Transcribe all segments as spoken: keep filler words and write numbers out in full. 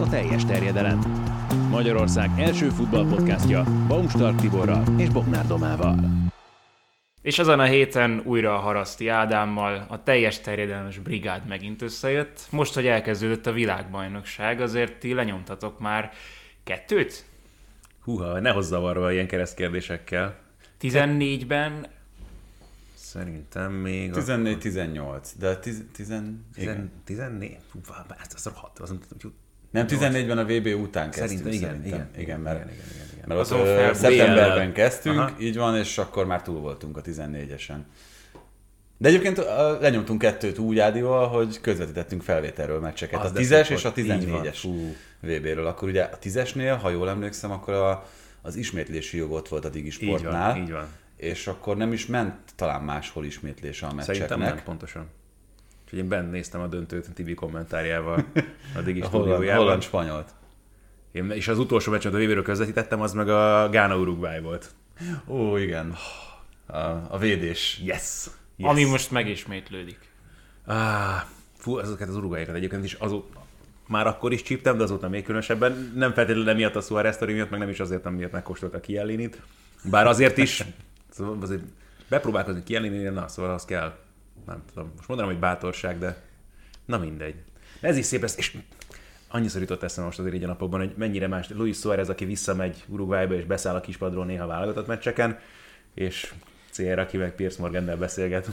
a teljes terjedelem. Magyarország első futballpodcastja Baumstark Tiborral és Bognár Domával. És ezen a héten újra a Haraszti Ádámmal a teljes terjedelmes brigád megint összejött. Most, hogy elkezdődött a világbajnokság, azért ti lenyomtatok már kettőt? Húha, ne hozz zavarba ilyen keresztkérdésekkel. tizennégyben... Szerintem még... tizennégy tizennyolc, de tiz, tizen... tizennégy? Húha, ezt az hat, az nem tudom, Nem, tizennégyben a vé bé után kezdtünk. Szerintem, igen, szerintem. igen, igen, mert, igen, igen, igen, igen. mert ott Azon fel- szeptemberben kezdtünk, Aha. így van, és akkor már túl voltunk a tizennégyesen. De egyébként a- lenyomtunk kettőt úgy Ádival, hogy közvetítettünk felvételről meccseket. Az A de tízes szép és a volt. Így van. tizennégyes Fú. vé béről. Akkor ugye a tízesnél, ha jól emlékszem, akkor a, az ismétlési jog ott volt a Digi Így Sportnál. van, így van. És akkor nem is ment talán máshol ismétlése a meccseknek. Szerintem nem, pontosan. Úgyhogy én bent néztem a döntőt Tibi kommentárjával a Digi A holland, stúdiójában. holland spanyolt. Én, és az utolsó meccset a vé béről közvetítettem, az meg a Gána-Uruguay volt. Ó, igen. A, a védés. Yes! yes. Ami most megismétlődik. Ah, fú, azokat az uruguayokat egyébként is azóta, már akkor is csíptem, de azóta még különösebben. Nem feltétlenül emiatt a Suárez sztori miatt, meg nem is azért, amiatt megkóstolta Chiellinit. Bár azért is, szóval azért bepróbálkozni Chiellinit, na, szóval az kell, nem tudom, most mondanám, hogy bátorság, de na mindegy. De ez is szép lesz, és annyiszor jutott eszembe most azért így a napokban, hogy mennyire más. Luis Suárez, aki visszamegy Uruguayba és beszáll a kispadról néha válogatott meccseken, és cé er, aki meg Piers Morgannel beszélget.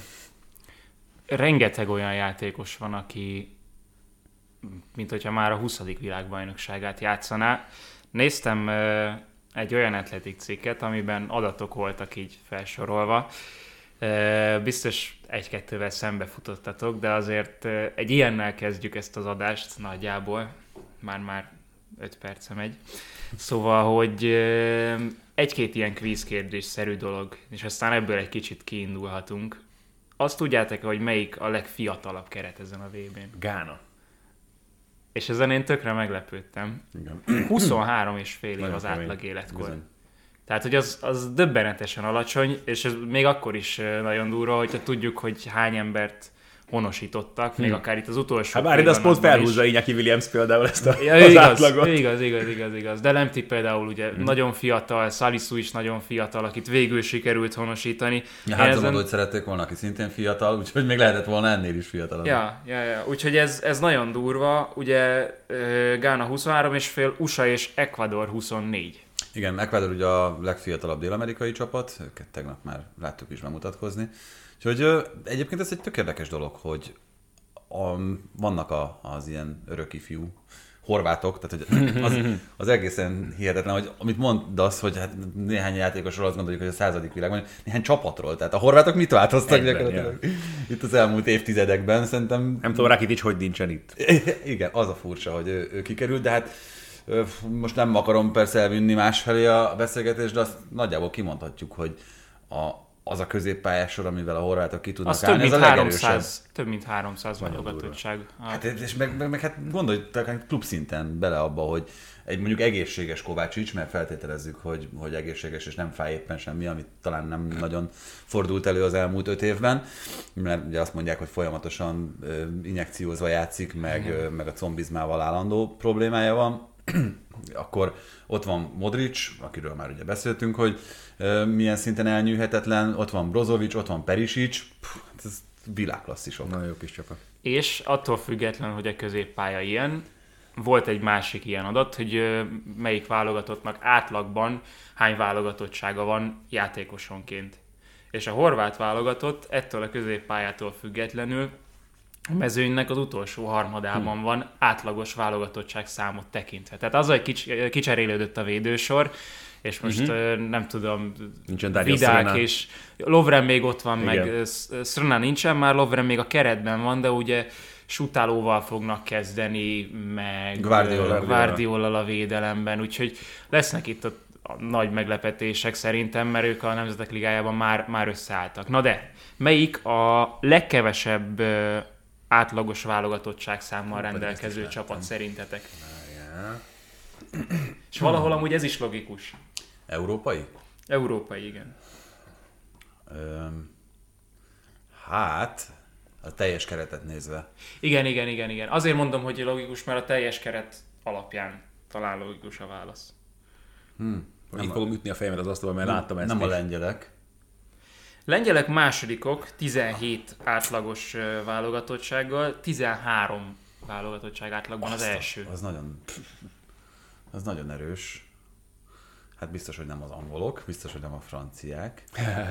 Rengeteg olyan játékos van, aki mint hogyha már a huszadik világbajnokságát játszaná. Néztem uh, egy olyan Athletic cikket, amiben adatok voltak így felsorolva. Uh, biztos egy-kettővel szembefutottatok, de azért uh, egy ilyennel kezdjük ezt az adást nagyjából. Már-már öt perce megy. Szóval, hogy uh, egy-két ilyen kvízkérdésszerű dolog, és aztán ebből egy kicsit kiindulhatunk. Azt tudjátok, hogy melyik a legfiatalabb keret ezen a vé bén? Gána. És ezen én tökre meglepődtem. Igen. huszonhárom és fél év Nagyon az kemény. átlag életkor. Bizony. Tehát, hogy az, az döbbenetesen alacsony, és ez még akkor is eh, nagyon durva, hogyha tudjuk, hogy hány embert honosítottak, még akár itt az utolsó Hát bár ide az pont pillanatban felhúzza Iñaki Williams például ezt a, Ja, az igaz, átlagot. igaz, igaz, igaz, igaz. De Lemti például ugye hmm. nagyon fiatal, Salisu is nagyon fiatal, akit végül sikerült honosítani. Ja, Én hát ezen- Zomodót szerették volna, aki szintén fiatal, úgyhogy még lehetett volna ennél is fiatalabb. Ja, ja, ja. Úgyhogy ez, ez nagyon durva. Ugye uh, Gána huszonhárom és fél, u es á és Ecuador huszonnégy. Igen, Ecuador ugye a legfiatalabb dél-amerikai csapat, őket tegnap már láttuk is bemutatkozni. Úgyhogy ö, egyébként ez egy tök érdekes dolog, hogy a, vannak a, az ilyen örök ifjú horvátok, tehát hogy az, az egészen hihetetlen, hogy amit mondasz, hogy hát néhány játékosról azt gondoljuk, hogy a századik világban, néhány csapatról, tehát a horvátok mit változtak Egyben, gyakorlatilag itt az elmúlt évtizedekben, szerintem... Nem tudom, Rakitic hogy nincsen itt. Igen, az a furcsa, hogy ő, ő kikerült, de hát ö, most nem akarom persze elvinni másfelé a beszélgetést, de azt nagyjából kimondhatjuk, hogy a, az a középpályásor, amivel a horvátok ki tudnak Az több állni, ez mint, a legerősebb. háromszáz, több mint háromszáz válogatottság. Hát, és meg, meg, meg hát gondolj klub szinten bele abba, hogy egy mondjuk egészséges Kovácsics, mert feltételezzük, hogy, hogy egészséges és nem fáj éppen semmi, amit talán nem nagyon fordult elő az elmúlt öt évben, mert ugye azt mondják, hogy folyamatosan ö, injekciózva játszik, meg, ö, meg a combizmával állandó problémája van. Akkor ott van Modric, akiről már ugye beszéltünk, hogy ö, milyen szinten elnyűhetetlen, ott van Brozovic, ott van Perisic, Puh, ez világklasszisok. Nagyon jó kis csapat. És attól független, hogy a középpálya ilyen, volt egy másik ilyen adat, hogy ö, melyik válogatottnak átlagban hány válogatottsága van játékosonként. És a horvát válogatott ettől a középpályától függetlenül a mezőnynek az utolsó harmadában van átlagos válogatottság számot tekintve. Tehát az, hogy kics- kicserélődött a védősor, és most uh-huh. nem tudom, Nincsen Dario Vidák Srna. és Lovren még ott van, Igen. meg Srna nincsen, már Lovren még a keretben van, de ugye Sutálóval fognak kezdeni, meg Guardiola. Guardiola a védelemben, úgyhogy lesznek itt a, a nagy meglepetések szerintem, mert ők a Nemzetek Ligájában már, már összeálltak. Na de, melyik a legkevesebb ö, átlagos válogatottság számmal rendelkező csapat szerintetek? Várjál. És valahol amúgy ez is logikus. Európai? Európai, igen. Öm, hát, a teljes keretet nézve. Igen, igen, igen, igen. Azért mondom, hogy logikus, mert a teljes keret alapján talán logikus a válasz. Hmm. Így fogom ütni a fejemet az asztalba, mert nem, láttam ezt Nem is. a lengyelek. Lengyelek másodikok tizenhét átlagos válogatottsággal, tizenhárom válogatottság átlagban az Azt a- első. Az nagyon, az nagyon erős. Hát biztos, hogy nem az angolok, biztos, hogy nem a franciák.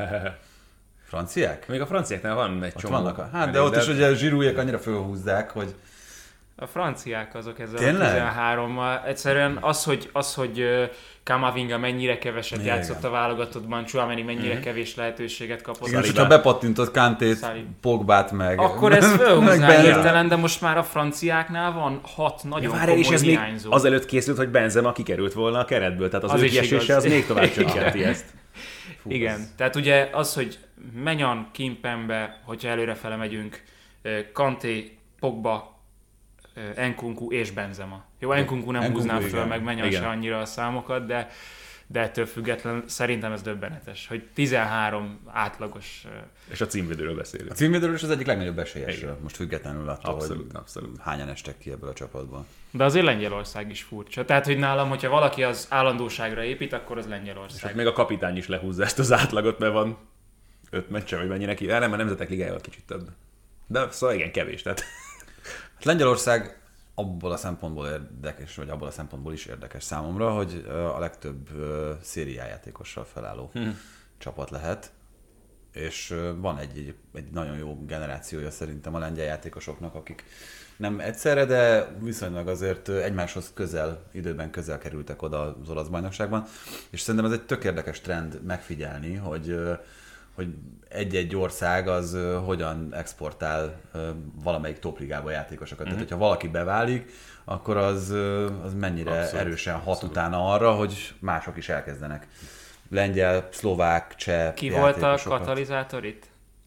Franciák? Még a franciáknál van egy Ott csomó. vannak a... Hát, de ott is ugye a zsirújék annyira fölhúzzák, hogy A franciák azok ezzel Tényleg? a tizenhárommal. Egyszerűen az, hogy, az, hogy ö, Kamavinga mennyire keveset Igen. játszott a válogatottban, Tchouaméni mennyire Mhm. kevés lehetőséget kapott. igen, és Saliba. hogyha bepattintod Kantét, Sali- Pogbát meg... Akkor ez meg fölhúzná Benzema. hirtelen, de most már a franciáknál van hat nagyon Ja, várjál, és komoly ez még hiányzó. azelőtt készült, hogy Benzema kikerült volna a keretből, tehát az, Az ő is kiesése igaz. az még tovább csökkenti ezt. Fú, Igen, az- tehát ugye az, hogy Menyan, Kimpembe, hogyha előrefele megyünk, Kanté, Pogba, Nkunku és Benzema. Jó, Nkunku nem Nkunku, húznám föl, igen. meg Menyan Igen. se annyira a számokat, de, de ettől függetlenül szerintem ez döbbenetes, hogy tizenhárom átlagos. És a címvédőről A beszélünk. címvédőről is az egyik legnagyobb esélyesről, Igen. most függetlenül attól, Abszolút, hogy abszolút. hányan estek ki ebből a csapatból. De azért Lengyelország is furcsa. Tehát, hogy nálam, hogyha valaki az állandóságra épít, akkor az És Lengyelország. ott még a kapitány is lehúzza ezt az átlagot, mert van öt meccse, vagy mennyi neki. Nem, a Nemzetek Ligájával kicsit több. De szóval igen, kevés. Tehát Hát Lengyelország abból a szempontból érdekes, vagy abból a szempontból is érdekes számomra, hogy a legtöbb szériájátékossal felálló hmm. csapat lehet, és van egy, egy, egy nagyon jó generációja szerintem a lengyel játékosoknak, akik nem egyszerre, de viszonylag azért egymáshoz közel, időben közel kerültek oda az olasz bajnokságban, és szerintem ez egy tök érdekes trend megfigyelni, hogy hogy egy-egy ország az uh, hogyan exportál uh, valamelyik topligába játékosokat. Mm-hmm. Tehát, hogyha valaki beválik, akkor az, uh, az mennyire Abszolút. erősen hat Abszolút. utána arra, hogy mások is elkezdenek. Lengyel, szlovák, cseh Ki volt a játékosokat. katalizátor itt?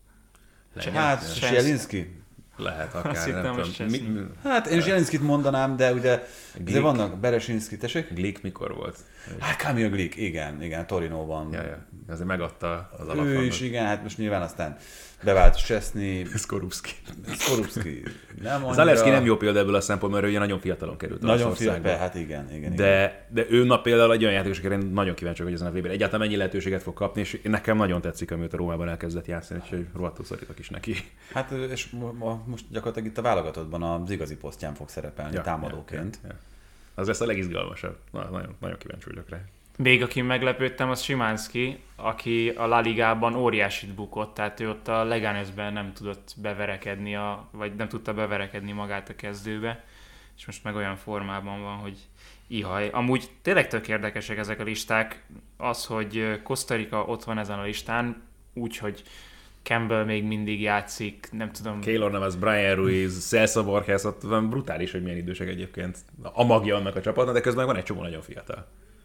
Hát, Szczęsny. Zsielinszki. lehet akár, Azt nem hittem, hogy tudom. Mi, Szczęsny. mi, Hát én Zsielinszkit mondanám, de ugye Glik. de vannak Beresinski, tessék? Glik mikor volt? Hát Kamil Glik, igen, igen, Torinóban. Ja, ja. Azért megadta az Ő alaphangot. is, igen, hát most nyilván aztán bevált Szczesny, Skorupski. Skorupski. Nem annyira... Zalewski nem jó példa ebből a szempontból, mert ő ugye nagyon fiatalon került Nagyon Olaszországba. fiatal, hát igen, igen. igen. De, de ő nap például egy olyan játékos, akire én nagyon kíváncsi vagyok, hogy ezen a vében egyáltalán mennyi lehetőséget fog kapni, és nekem nagyon tetszik, amit a Rómában elkezdett játszani, úgyhogy rohadtul szorítok is neki. Hát és mo- most gyakorlatilag itt a válogatottban az igazi posztján fog szerepelni ja, támadóként. Ja, ja, ja. Az lesz a legizgalmasabb. Na, nagyon, nagyon kíváncsi vagyok rá. Még akin meglepődtem, az Szymanski, aki a La Ligában óriásit bukott, tehát ő ott a Leganesben nem tudott beverekedni, a, vagy nem tudta beverekedni magát a kezdőbe, és most meg olyan formában van, hogy ihaj. Amúgy tényleg tök érdekesek ezek a listák, az, hogy Costa Rica ott van ezen a listán, úgyhogy Campbell még mindig játszik, nem tudom... Keylor Navas, Brian Ruiz, Celso Borges, ott van brutális, hogy milyen idősek egyébként. A magja annak a csapatnak, de közben van egy csomó nagyon fiatal.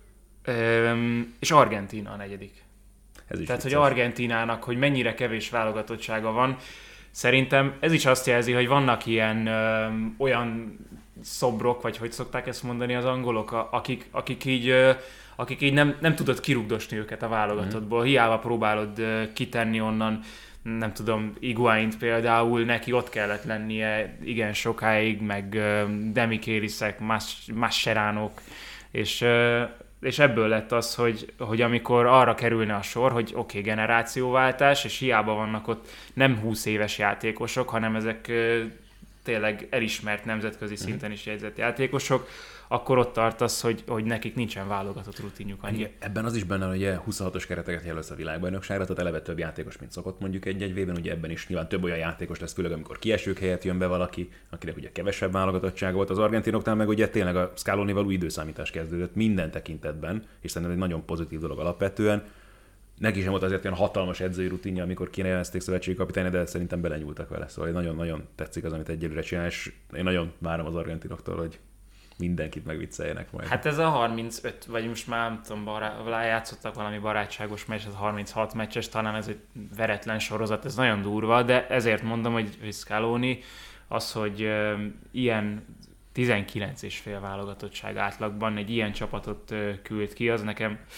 Öm, és Argentína a negyedik. Ez is Tehát, hogy vicces. Argentínának, hogy mennyire kevés válogatottsága van. Szerintem ez is azt jelzi, hogy vannak ilyen ö, olyan szobrok, vagy hogy szokták ezt mondani az angolok, a- akik, akik így, ö, akik így nem, nem tudod kirugdosni őket a válogatottból. Hiába próbálod ö, kitenni onnan, nem tudom, Higuaint például, neki ott kellett lennie igen sokáig, meg ö, Demichelisek, Mas- Mascheránok, és ö, és ebből lett az, hogy, hogy amikor arra kerülne a sor, hogy oké, okay, generációváltás, és hiába vannak ott nem húsz éves játékosok, hanem ezek ö, tényleg elismert nemzetközi szinten is jegyzett játékosok, akkor ott tartasz, hogy, hogy nekik nincsen válogatott rutinjuk annyi. Igen, ebben az is benne, hogy ugye huszonhatos kereteket jelölsz a világbajnokságra, tehát eleve több játékos, mint szokott mondjuk egy-egy vében, ugye ebben is nyilván több olyan játékos lesz, főleg amikor kiesők helyett jön be valaki, akinek ugye kevesebb válogatottsága volt. Az argentinoknál meg ugye tényleg a Scalonival új időszámítás kezdődött minden tekintetben, és szerintem egy nagyon pozitív dolog alapvetően. Neki sem volt azért olyan hatalmas edzői rutinja, amikor kinevezték szövetségi kapitány, de szerintem belenyúltak vele, szóval nagyon-nagyon tetszik az, amit egyelőre csinál, és én nagyon várom az argentinoktól, hogy mindenkit megvicceljenek majd. Hát ez a harmincöt, vagy most már nem tudom, bará- játszottak valami barátságos meccs, ez harminchat meccses, talán ez egy veretlen sorozat, ez nagyon durva, de ezért mondom, hogy Scaloni az, hogy ö, ilyen tizenkilenc és fél válogatottság átlagban egy ilyen csapatot ö, küld ki, az nekem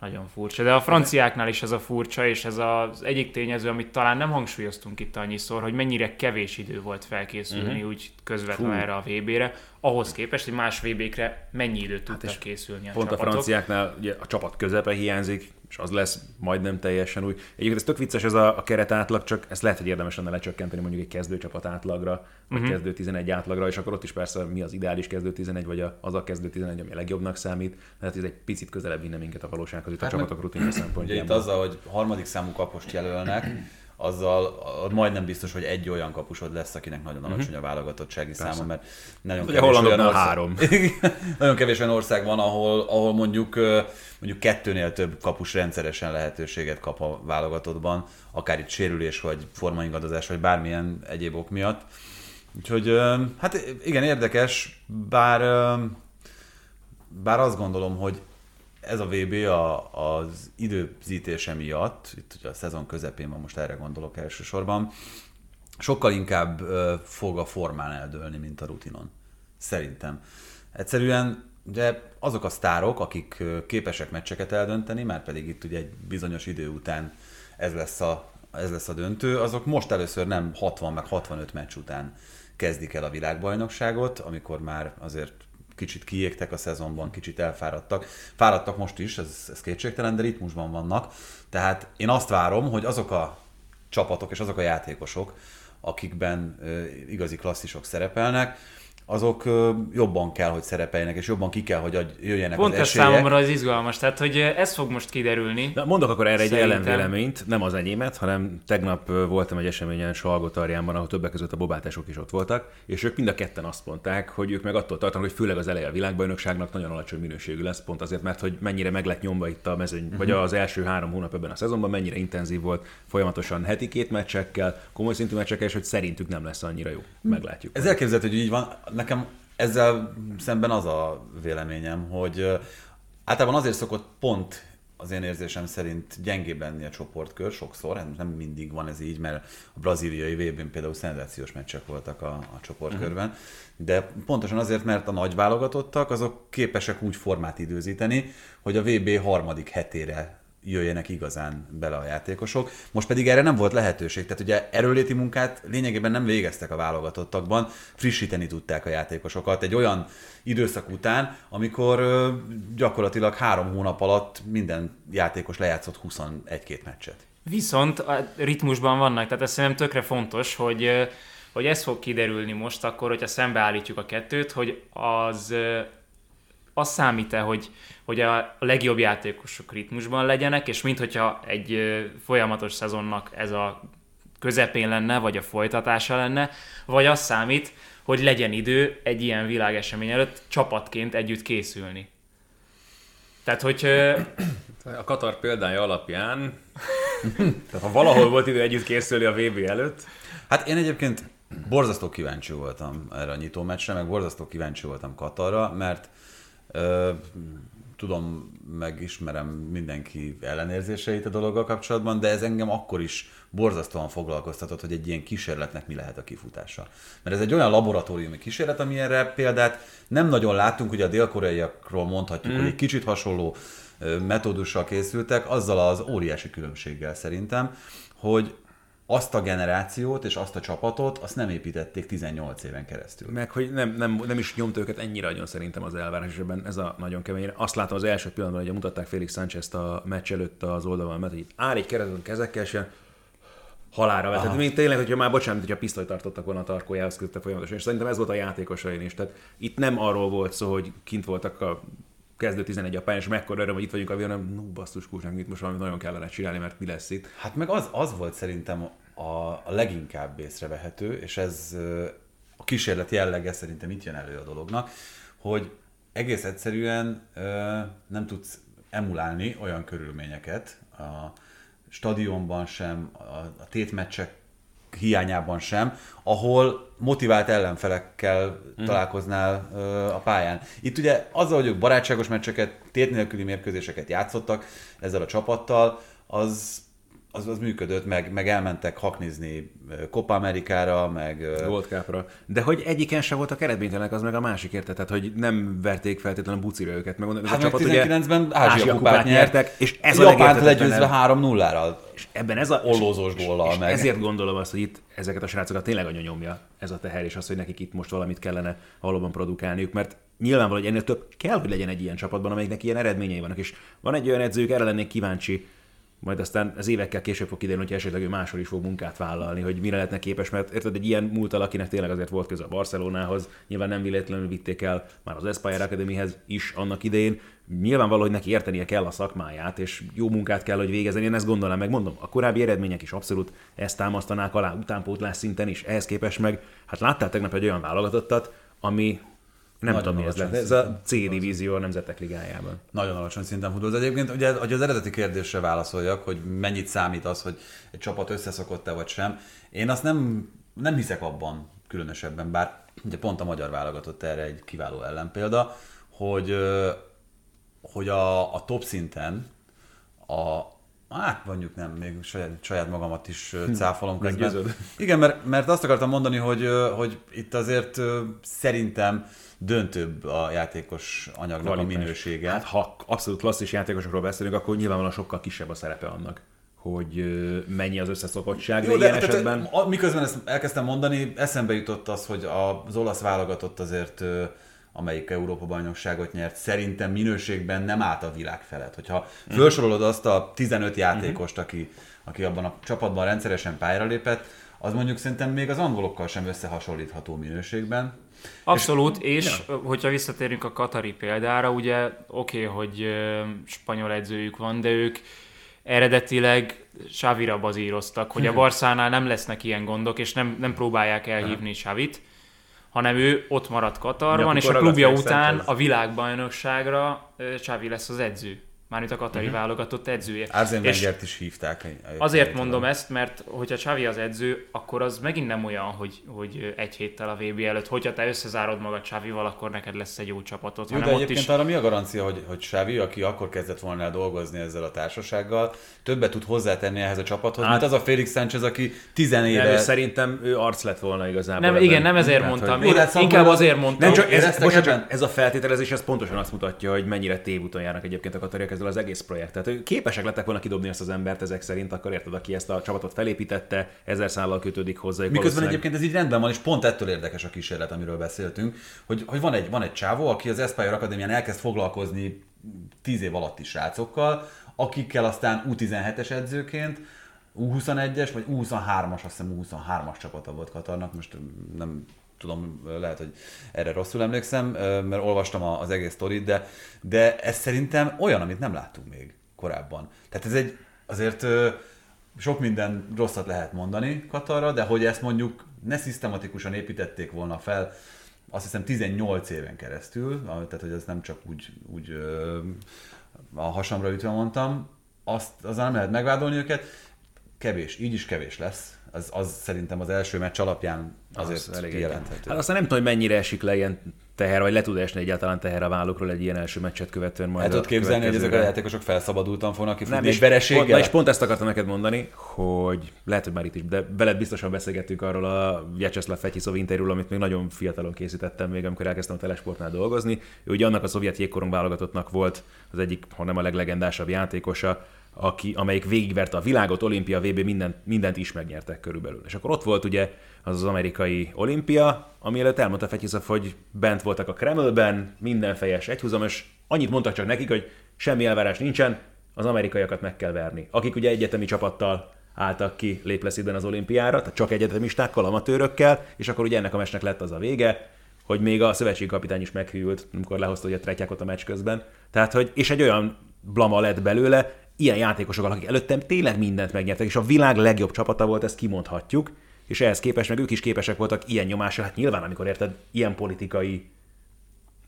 nagyon furcsa. De a franciáknál is ez a furcsa, és ez az egyik tényező, amit talán nem hangsúlyoztunk itt annyiszor, hogy mennyire kevés idő volt felkészülni uh-huh. úgy közvetlenül erre a vé bére, ahhoz képest, hogy más vé békre mennyi időt tudtak hát készülni a pont csapatok. A franciáknál ugye a csapat közepe hiányzik, és az lesz majdnem teljesen új. Egyébként ez tök vicces ez a, a keret átlag, csak ezt lehet, hogy érdemes lenne lecsökkenteni mondjuk egy kezdőcsapat átlagra, vagy uh-huh. kezdő tizenegy átlagra, és akkor ott is persze mi az ideális kezdő tizenegy, vagy az a kezdő tizenegy, ami a legjobbnak számít. Tehát ez egy picit közelebb vinne minket a valósághoz itt hát a csapatok rutinja szempontjából. Ugye itt azzal, hogy harmadik számú kapost jelölnek, azzal majdnem biztos, hogy egy olyan kapusod lesz, akinek nagyon alacsony a válogatottsági száma, mert nagyon kevés, olyan ország... három. nagyon kevés olyan ország van, ahol, ahol mondjuk, mondjuk kettőnél több kapus rendszeresen lehetőséget kap a válogatottban, akár itt sérülés, vagy formaingadozás, vagy bármilyen egyéb ok miatt. Úgyhogy hát igen, érdekes, bár, bár azt gondolom, hogy ez a vé bé a, az időzítése miatt, itt ugye a szezon közepén van, most erre gondolok elsősorban, sokkal inkább uh, fog a formán eldőlni, mint a rutinon. Szerintem. Egyszerűen ugye azok a sztárok, akik uh, képesek meccseket eldönteni, már pedig itt ugye egy bizonyos idő után ez lesz a, ez lesz a döntő, azok most először nem hatvan meg hatvanöt meccs után kezdik el a világbajnokságot, amikor már azért kicsit kiégtek a szezonban, kicsit elfáradtak. Fáradtak most is, ez, ez kétségtelen, de ritmusban vannak. Tehát én azt várom, hogy azok a csapatok és azok a játékosok, akikben ö, igazi klasszisok szerepelnek, azok ö, jobban kell, hogy szerepeljenek, és jobban ki kell, hogy jöjjenek pont az esélyek. Pont ez számomra az izgalmas, tehát hogy ez fog most kiderülni. De mondok akkor erre egy Szerintem. ellenvéleményt, nem az enyémet, hanem tegnap voltam egy eseményen Salgótarjánban, ahol többek között a bobátások is ott voltak, és ők mind a ketten azt mondták, hogy ők meg attól tartanak, hogy főleg az eleje a világbajnokságnak nagyon alacsony minőségű lesz, pont azért, mert hogy mennyire meg lett nyomva itt a mezőny, uh-huh. vagy az első három hónap ebben a szezonban, mennyire intenzív volt, folyamatosan heti két meccsekkel, komoly szintű meccsekkel, és hogy szerintük nem lesz annyira jó. Meglátjuk. Ez elképzelhető, hogy így van. Nekem ezzel szemben az a véleményem, hogy általában azért szokott pont az én érzésem szerint gyengébb lenni a csoportkör sokszor, nem mindig van ez így, mert a brazíliai vé bén például szenzációs meccsek voltak a, a csoportkörben, uh-huh. de pontosan azért, mert a nagy válogatottak, azok képesek úgy formát időzíteni, hogy a vé bé harmadik hetére jöjjenek igazán bele a játékosok. Most pedig erre nem volt lehetőség. Tehát ugye erőléti munkát lényegében nem végeztek a válogatottakban, frissíteni tudták a játékosokat egy olyan időszak után, amikor gyakorlatilag három hónap alatt minden játékos lejátszott huszonegy-két meccset. Viszont a ritmusban vannak, tehát ez szerintem tökre fontos, hogy, hogy ez fog kiderülni most akkor, hogyha szembeállítjuk a kettőt, hogy az... az számít-e, hogy, hogy a legjobb játékosok ritmusban legyenek, és minthogyha egy folyamatos szezonnak ez a közepén lenne, vagy a folytatása lenne, vagy az számít, hogy legyen idő egy ilyen világesemény előtt csapatként együtt készülni. Tehát, hogy... A Katar példája alapján, tehát ha valahol volt idő együtt készülni a vé bé előtt... Hát én egyébként borzasztó kíváncsi voltam erre a nyitó meccsre, meg borzasztó kíváncsi voltam Katarra, mert Ö, tudom, megismerem mindenki ellenérzéseit a dologgal kapcsolatban, de ez engem akkor is borzasztóan foglalkoztatott, hogy egy ilyen kísérletnek mi lehet a kifutása. Mert ez egy olyan laboratóriumi kísérlet, amilyenre példát nem nagyon láttunk, ugye a dél-koreaiakról mondhatjuk, mm. hogy egy kicsit hasonló metódussal készültek, azzal az óriási különbséggel szerintem, hogy azt a generációt és azt a csapatot, azt nem építették tizennyolc éven keresztül. Meg, hogy nem, nem, nem is nyomta őket ennyire nagyon szerintem az elvárás, és ebben ez a nagyon kemény. Azt látom az első pillanatban, hogy mutatták Félix Sánchez-t a meccs előtt az oldalon, mert hogy áll egy keretben kezekkel, és ilyen halálra vett. Tehát még tényleg, hogyha már bocsánat, hogyha pisztolyt tartottak volna a tarkójához közte folyamatosan, és szerintem ez volt a játékosain is. Tehát itt nem arról volt szó, hogy kint voltak a kezdő tizenegy a pályán, és mekkora öröm, hogy itt vagyunk a hanem no, basszus kulcsnak, itt most valami nagyon kellene csinálni, mert mi lesz itt. Hát meg az, az volt szerintem a, a leginkább észrevehető, és ez a kísérlet jellege szerintem itt jön elő a dolognak, hogy egész egyszerűen nem tudsz emulálni olyan körülményeket a stadionban sem, a tétmeccsek hiányában sem, ahol motivált ellenfelekkel mm. találkoznál uh, a pályán. Itt ugye azzal, hogy ők barátságos meccseket, tét nélküli mérkőzéseket játszottak ezzel a csapattal, az az, az működött, meg, meg elmentek haknizni Copa Amerikára, meg... Gold Cupra. De hogy egyiken sem voltak eredménytelenek, az meg a másik érte, tehát hogy nem verték feltétlenül bucira őket. Meg ez hát a csapat tizenkilencben ugye Ázsia kupát nyertek, és ez Japánt a legyőzve három nullára. És ebben ez a ollózós góllal meg. Ezért gondolom azt, hogy itt ezeket a srácokat tényleg anya nyomja ez a teher, és az, hogy nekik itt most valamit kellene valóban produkálniuk, mert nyilvánvaló, hogy ennél több kell, hogy legyen egy ilyen csapatban, amelyiknek ilyen eredményei vannak, és van egy olyan edzők, erre lennék kíváncsi, majd aztán az évekkel később fog kiderülni, hogy esetleg ő máshol is fog munkát vállalni, hogy mire lehetne képes, mert érted, egy ilyen múltal, akinek tényleg azért volt köze a Barcelonához, nyilván nem véletlenül vitték el már az Aspire Academyhez is annak idején, nyilvánvaló, hogy neki értenie kell a szakmáját, és jó munkát kell, hogy végezni, én ezt gondolom, meg mondom, a korábbi eredmények is abszolút ezt támasztanák alá, utánpótlás szinten is, ehhez képest meg, hát láttál tegnap egy olyan válogatottat, ami nem nagyon tudom, mi ez lett. Ez a C divízió a Nemzetek Ligájában. Nagyon alacsony szinten futball. Egyébként, ugye, hogy az eredeti kérdésre válaszoljak, hogy mennyit számít az, hogy egy csapat összeszokott-e vagy sem. Én azt nem, nem hiszek abban különösebben, bár ugye pont a magyar válogatott erre egy kiváló ellenpélda, hogy, hogy a, a top szinten a hát mondjuk nem, még saját, saját magamat is cáfolom közben. Igen, mert, mert azt akartam mondani, hogy, hogy itt azért szerintem döntőbb a játékos anyagnak a minősége. Hát ha abszolút klasszis játékosokról beszélünk, akkor nyilvánvalóan sokkal kisebb a szerepe annak, hogy mennyi az összeszokottság. Jó, de ilyen de, esetben... tehát, miközben ezt elkezdtem mondani, eszembe jutott az, hogy az olasz válogatott azért, amelyik Európa-bajnokságot nyert, szerintem minőségben nem állt a világ felett. Hogyha felsorolod azt a tizenöt játékost, aki, aki abban a csapatban rendszeresen pályára lépett, az mondjuk szerintem még az angolokkal sem összehasonlítható minőségben. Abszolút, és, és ja. hogyha visszatérünk a katari példára, ugye oké, okay, hogy spanyol edzőjük van, de ők eredetileg Xavira bazíroztak, hogy a Barszánál nem lesznek ilyen gondok, és nem, nem próbálják elhívni Xavit, hanem ő ott maradt Katarban, és a klubja után a világbajnokságra Xavi lesz az edző. Mármint a katari uh-huh. válogatott edzője. Arsene Wengert is hívták. Azért mondom tudom. ezt, mert hogyha Xavi az edző, akkor az megint nem olyan, hogy, hogy egy héttel a vé bé előtt, hogyha te összezárod magad Xavival, akkor neked lesz egy jó csapatod. Jó, de egyébként is... arra mi a garancia, hogy, hogy Xavi, aki akkor kezdett volna el dolgozni ezzel a társasággal, többet tud hozzátenni ehhez a csapathoz, hát, mint az a Félix Sánchez, aki tizen éve... Nem, szerintem ő arc lett volna igazából. Nem, ebben. Igen, nem ezért hát, mondtam. Hogy... Én Jó, inkább azért mondtam. Nem, csak ez, bocsánat, ez a feltételezés, ez pontosan azt mutatja, hogy mennyire tévúton járnak egyébként a katariak ezzel az egész projektet. Tehát képesek lettek volna kidobni ezt az embert ezek szerint, akkor érted, aki ezt a csapatot felépítette, ezer szállal kötődik hozzá. Miközben valószínűleg... egyébként ez így rendben van, és pont ettől érdekes a kísérlet, amiről beszéltünk, hogy, hogy van, egy, van egy csávó, aki az Aspire Akadémián elkezd foglalkozni tíz év alatti srácokkal, akikkel aztán U tizenhetes edzőként, U huszonegyes vagy U huszonhármas, azt hiszem U huszonhármas csapata volt Katarnak, most nem tudom, lehet, hogy erre rosszul emlékszem, mert olvastam az egész sztorit, de, de ez szerintem olyan, amit nem láttunk még korábban. Tehát ez egy, azért sok minden rosszat lehet mondani Katarra, de hogy ezt mondjuk ne szisztematikusan építették volna fel, azt hiszem tizennyolc éven keresztül, tehát hogy ez nem csak úgy, úgy a hasamra ütve mondtam, azt, azzal nem lehet megvádolni őket, kevés, így is kevés lesz. Az, az szerintem az első meccs alapján azért az kijelenthető. Hát aztán nem tudom, hogy mennyire esik le ilyen teher, vagy le tud esni egyáltalán teher a vállukról egy ilyen első meccset követően. Majd el tudod képzelni, hogy ezek a játékosok felszabadultan fognak kifutni egy vereséggel? Na és pont ezt akartam neked mondani, hogy lehet, hogy már itt is, de veled biztosan beszélgettünk arról a Vyacheslav Fetisov interjúról, amit még nagyon fiatalon készítettem még, amikor elkezdtem a Telesportnál dolgozni. Ő ugye annak a szovjet jégkorong válogatottnak volt az egyik, ha nem a leglegendásabb játékosa, aki, amelyik végigverte a világot, olimpia, vé bé, mindent, mindent is megnyertek körülbelül. És akkor ott volt ugye az az amerikai olimpia, ami előtt elmondta Fetisov, hogy bent voltak a Kremlben, minden fejes egyhuzamos, annyit mondtak csak nekik, hogy semmi elvárás nincsen, az amerikaiakat meg kell verni. Akik ugye egyetemi csapattal álltak ki Lépleszidben az olimpiára, tehát csak egyetemistákkal, amatőrökkel, és akkor ugye ennek a meccsnek lett az a vége, hogy még a szövetségi kapitány is meghűlt, amikor lehozta ugye a tretyákot a meccs közben. Tehát, hogy, és egy olyan blama lett belőle, ilyen játékosok, akik előttem tényleg mindent megnyertek, és a világ legjobb csapata volt, ezt kimondhatjuk, és ehhez képest meg ők is képesek voltak ilyen nyomásra, hát nyilván amikor érted, ilyen politikai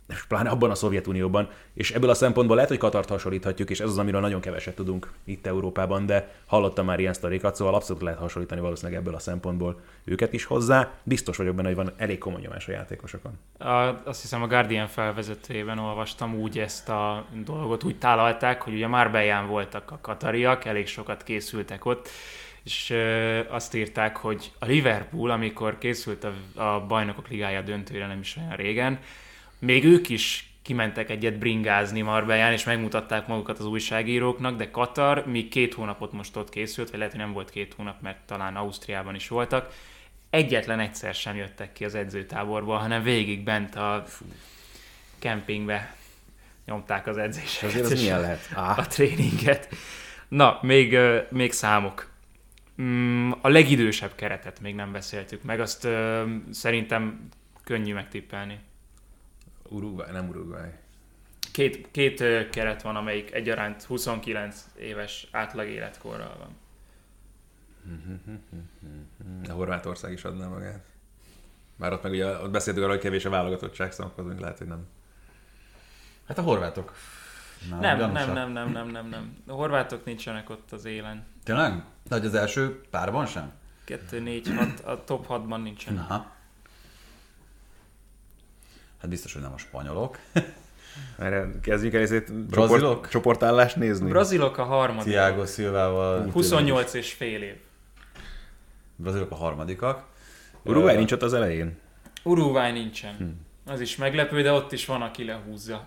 és pláne abban a Szovjetunióban, és ebből a szempontból lehet, hogy Katart hasonlíthatjuk, és ez az, amiről nagyon keveset tudunk itt Európában, de hallottam már ilyen sztorikat, szóval abszolút lehet hasonlítani valószínűleg ebből a szempontból őket is hozzá. Biztos vagyok benne, hogy van elég komoly nyomás a játékosokon. A, azt hiszem a Guardian felvezetőjében olvastam úgy ezt a dolgot, úgy tálalták, hogy ugye Marbellán voltak a katariak, elég sokat készültek ott, és ö, azt írták, hogy a Liverpool, amikor készült a, a Bajnokok Ligája döntőre nem is olyan régen, még ők is kimentek egyet bringázni Marbellán, és megmutatták magukat az újságíróknak, de Katar még két hónapot most ott készült, vagy lehet, hogy nem volt két hónap, mert talán Ausztriában is voltak, egyetlen egyszer sem jöttek ki az edzőtáborból, hanem végig bent a kempingbe nyomták az edzéseket. Azért az milyen lehet? Ah. A tréninget. Na, még, még számok. A legidősebb keretet még nem beszéltük meg, azt szerintem könnyű megtippelni. Uruguay, nem Uruguay. Két, két keret van, amelyik egyaránt huszonkilenc éves átlag életkorral van. A Horvátország is adná magát. Bár ott meg ugye ott beszéltük arra, hogy kevés a válogatottság, szóval lehet, hogy nem. Hát a horvátok. Na, nem, nem, nem, nem, nem, nem, nem, nem. A horvátok nincsenek ott az élen. Tényleg? De hogy az első párban sem? kettő, négy, hat, a top hatban nincsenek. Aha. Hát biztos, hogy nem a spanyolok. Erre kezdjük el ezért Brazilok? csoportállást nézni. A brazilok a harmadik. Thiago Silvával. huszonnyolc és fél év. Brazilok a harmadikak. Uruguay uh, nincs ott az elején? Uruguay nincsen. Hmm. Az is meglepő, de ott is van, aki lehúzza.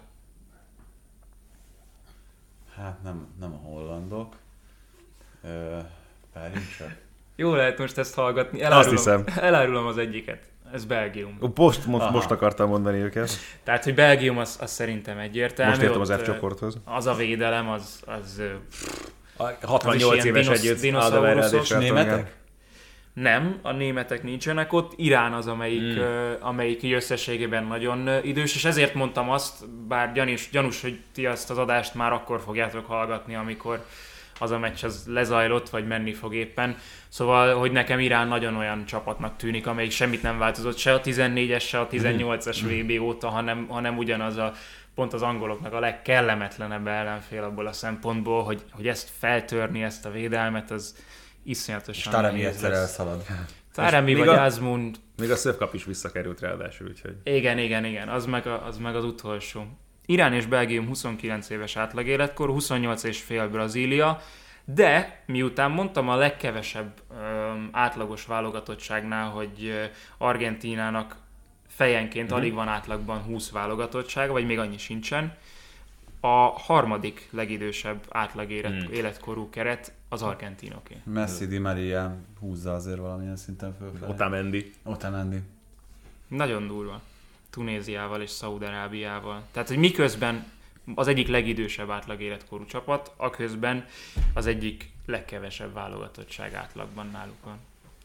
Hát nem, nem a hollandok. Uh, Várjunk. Jó lehet most ezt hallgatni. Azt hiszem. Elárulom az egyiket. Ez Belgium. Most, most, most akartam mondani őket. Tehát, hogy Belgium az, az szerintem egyértelmű. Most értem az ott, F csoporthoz. Az a védelem, az... az hatvannyolc éves együtt dinoszauruszos. Németek? Nem, a németek nincsenek ott. Irán az, amelyik, Hmm. uh, amelyik összességében nagyon uh, idős, és ezért mondtam azt, bár gyanús, gyanús, hogy ti azt az adást már akkor fogjátok hallgatni, amikor az a meccs az lezajlott, vagy menni fog éppen. Szóval, hogy nekem Irán nagyon olyan csapatnak tűnik, amelyik semmit nem változott, se a tizennégyes, se a tizennyolcas vé bé óta, hanem, hanem ugyanaz a pont az angoloknak a legkellemetlenebb ellenfél abból a szempontból, hogy, hogy ezt feltörni, ezt a védelmet, az iszonyatosan Taremi egyszer elszalad. Taremi vagy a, Azmund. Még a Szövkap is visszakerült ráadásul, úgyhogy... Igen, igen, igen, az meg, a, az meg az utolsó. Irán és Belgium huszonkilenc éves átlagéletkor, huszonnyolc és fél Brazília, de miután mondtam a legkevesebb ö, átlagos válogatottságnál, hogy ö, Argentínának fejenként uh-huh. alig van átlagban húsz válogatottsága, vagy még annyi sincsen, a harmadik legidősebb átlag élet, hmm. életkorú keret az argentinoké. Messi, Di Maria húzza azért valamilyen szinten fölfelé. Otamendi. Otamendi. Nagyon durva. Tunéziával és Szaúd-Arábiával. Tehát, hogy miközben az egyik legidősebb átlag életkorú csapat, aközben az egyik legkevesebb válogatottság átlagban náluk van.